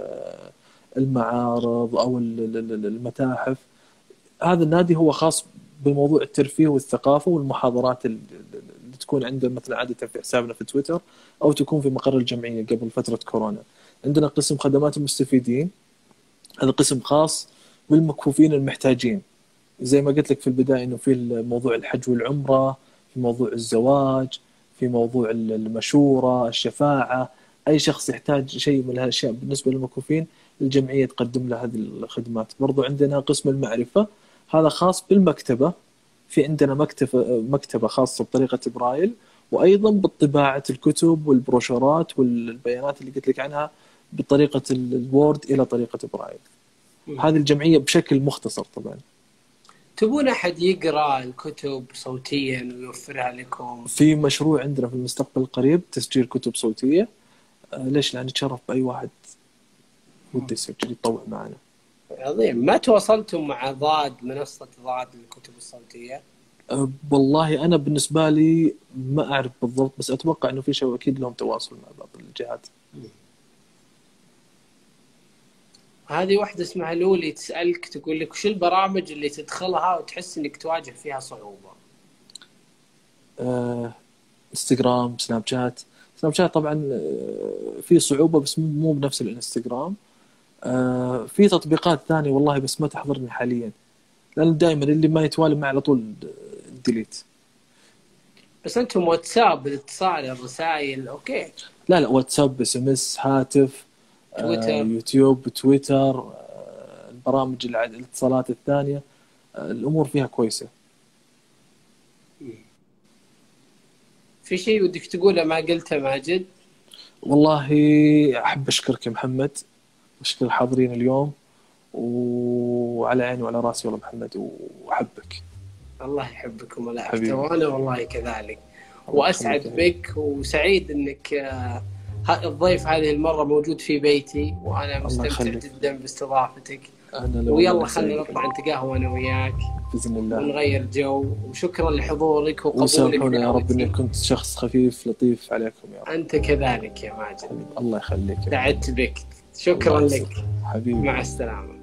[SPEAKER 3] المعارض أو المتاحف. هذا النادي هو خاص بموضوع الترفيه والثقافة والمحاضرات اللي تكون عنده مثلا عادة في حسابنا في تويتر أو تكون في مقر الجمعية قبل فترة كورونا. عندنا قسم خدمات المستفيدين، هذا قسم خاص بالمكفوفين المحتاجين، زي ما قلت لك في البداية إنه في موضوع الحج والعمرة، في موضوع الزواج، في موضوع المشورة، الشفاعة. أي شخص يحتاج شيء من هالأشياء بالنسبة للمكفوفين الجمعية تقدم له هذه الخدمات. برضو عندنا قسم المعرفة، هذا خاص بالمكتبة، في عندنا مكتبة مكتبة خاصة بطريقة برايل، وأيضا بالطباعة الكتب والبروشورات والبيانات اللي قلت لك عنها بطريقة الوورد إلى طريقة برايل. هذه الجمعية بشكل مختصر. طبعا
[SPEAKER 2] تبون أحد يقرأ الكتب صوتيا ويوفرها لكم؟
[SPEAKER 3] في مشروع عندنا في المستقبل القريب تسجيل كتب صوتية. آه ليش؟ لأن نتشرف بأي واحد وده يسجل يتطوع معنا.
[SPEAKER 2] عظيم. ما تواصلتم مع ضاد، منصة ضاد للكتب الصوتية؟
[SPEAKER 3] أه والله أنا بالنسبة لي ما أعرف بالضبط، بس أتوقع أنه في شيء أكيد لهم تواصل مع بعض الجهات.
[SPEAKER 2] هذه واحدة اسمها لولي تسألك، تقول لك وش البرامج اللي تدخلها وتحس إنك تواجه فيها صعوبة؟
[SPEAKER 3] أه، انستغرام، سناب شات. سناب شات طبعا في صعوبة بس مو بنفس الانستغرام. أه، في تطبيقات ثانية والله بس ما تحضرني حاليا، لأن دائما اللي ما يتوالى معي على طول ديليت.
[SPEAKER 2] بس أنتم واتساب، الاتصال، الرسائل، أوكي.
[SPEAKER 3] لا لا، واتساب، اس ام اس، هاتف،
[SPEAKER 2] تويتر،
[SPEAKER 3] آه، يوتيوب، تويتر، آه، البرامج الاتصالات الثانية، آه، الأمور فيها كويسة.
[SPEAKER 2] في شيء ودك تقوله ما قلته ماجد؟
[SPEAKER 3] والله أحب أشكرك يا محمد، أشكر الحاضرين اليوم، وعلى عيني وعلى راسي والله محمد، وأحبك.
[SPEAKER 2] الله يحبكم ولا
[SPEAKER 3] حبيبي.
[SPEAKER 2] وأنا والله كذلك،
[SPEAKER 3] الله
[SPEAKER 2] وأسعد
[SPEAKER 3] يخليك.
[SPEAKER 2] بك وسعيد أنك آه، ه- الضيف هذه المرة موجود في بيتي، وأنا مستمتع
[SPEAKER 3] يخليك.
[SPEAKER 2] جدا باستضافتك.
[SPEAKER 3] أنا لو
[SPEAKER 2] ويلا
[SPEAKER 3] والله
[SPEAKER 2] خلينا
[SPEAKER 3] سعيد.
[SPEAKER 2] نطلع نتقهوى أنا وياك
[SPEAKER 3] بإذن الله.
[SPEAKER 2] ونغير جو. وشكرا لحضورك وقبولك
[SPEAKER 3] وسامحونا يا رب إني
[SPEAKER 2] دعوتي.
[SPEAKER 3] كنت شخص خفيف لطيف عليكم يا رب.
[SPEAKER 2] أنت كذلك يا ماجد،
[SPEAKER 3] الله يخليك.
[SPEAKER 2] سعدت بك. شكرا
[SPEAKER 3] الله
[SPEAKER 2] لك.
[SPEAKER 3] يسلمك. حبيبي.
[SPEAKER 2] مع السلامة.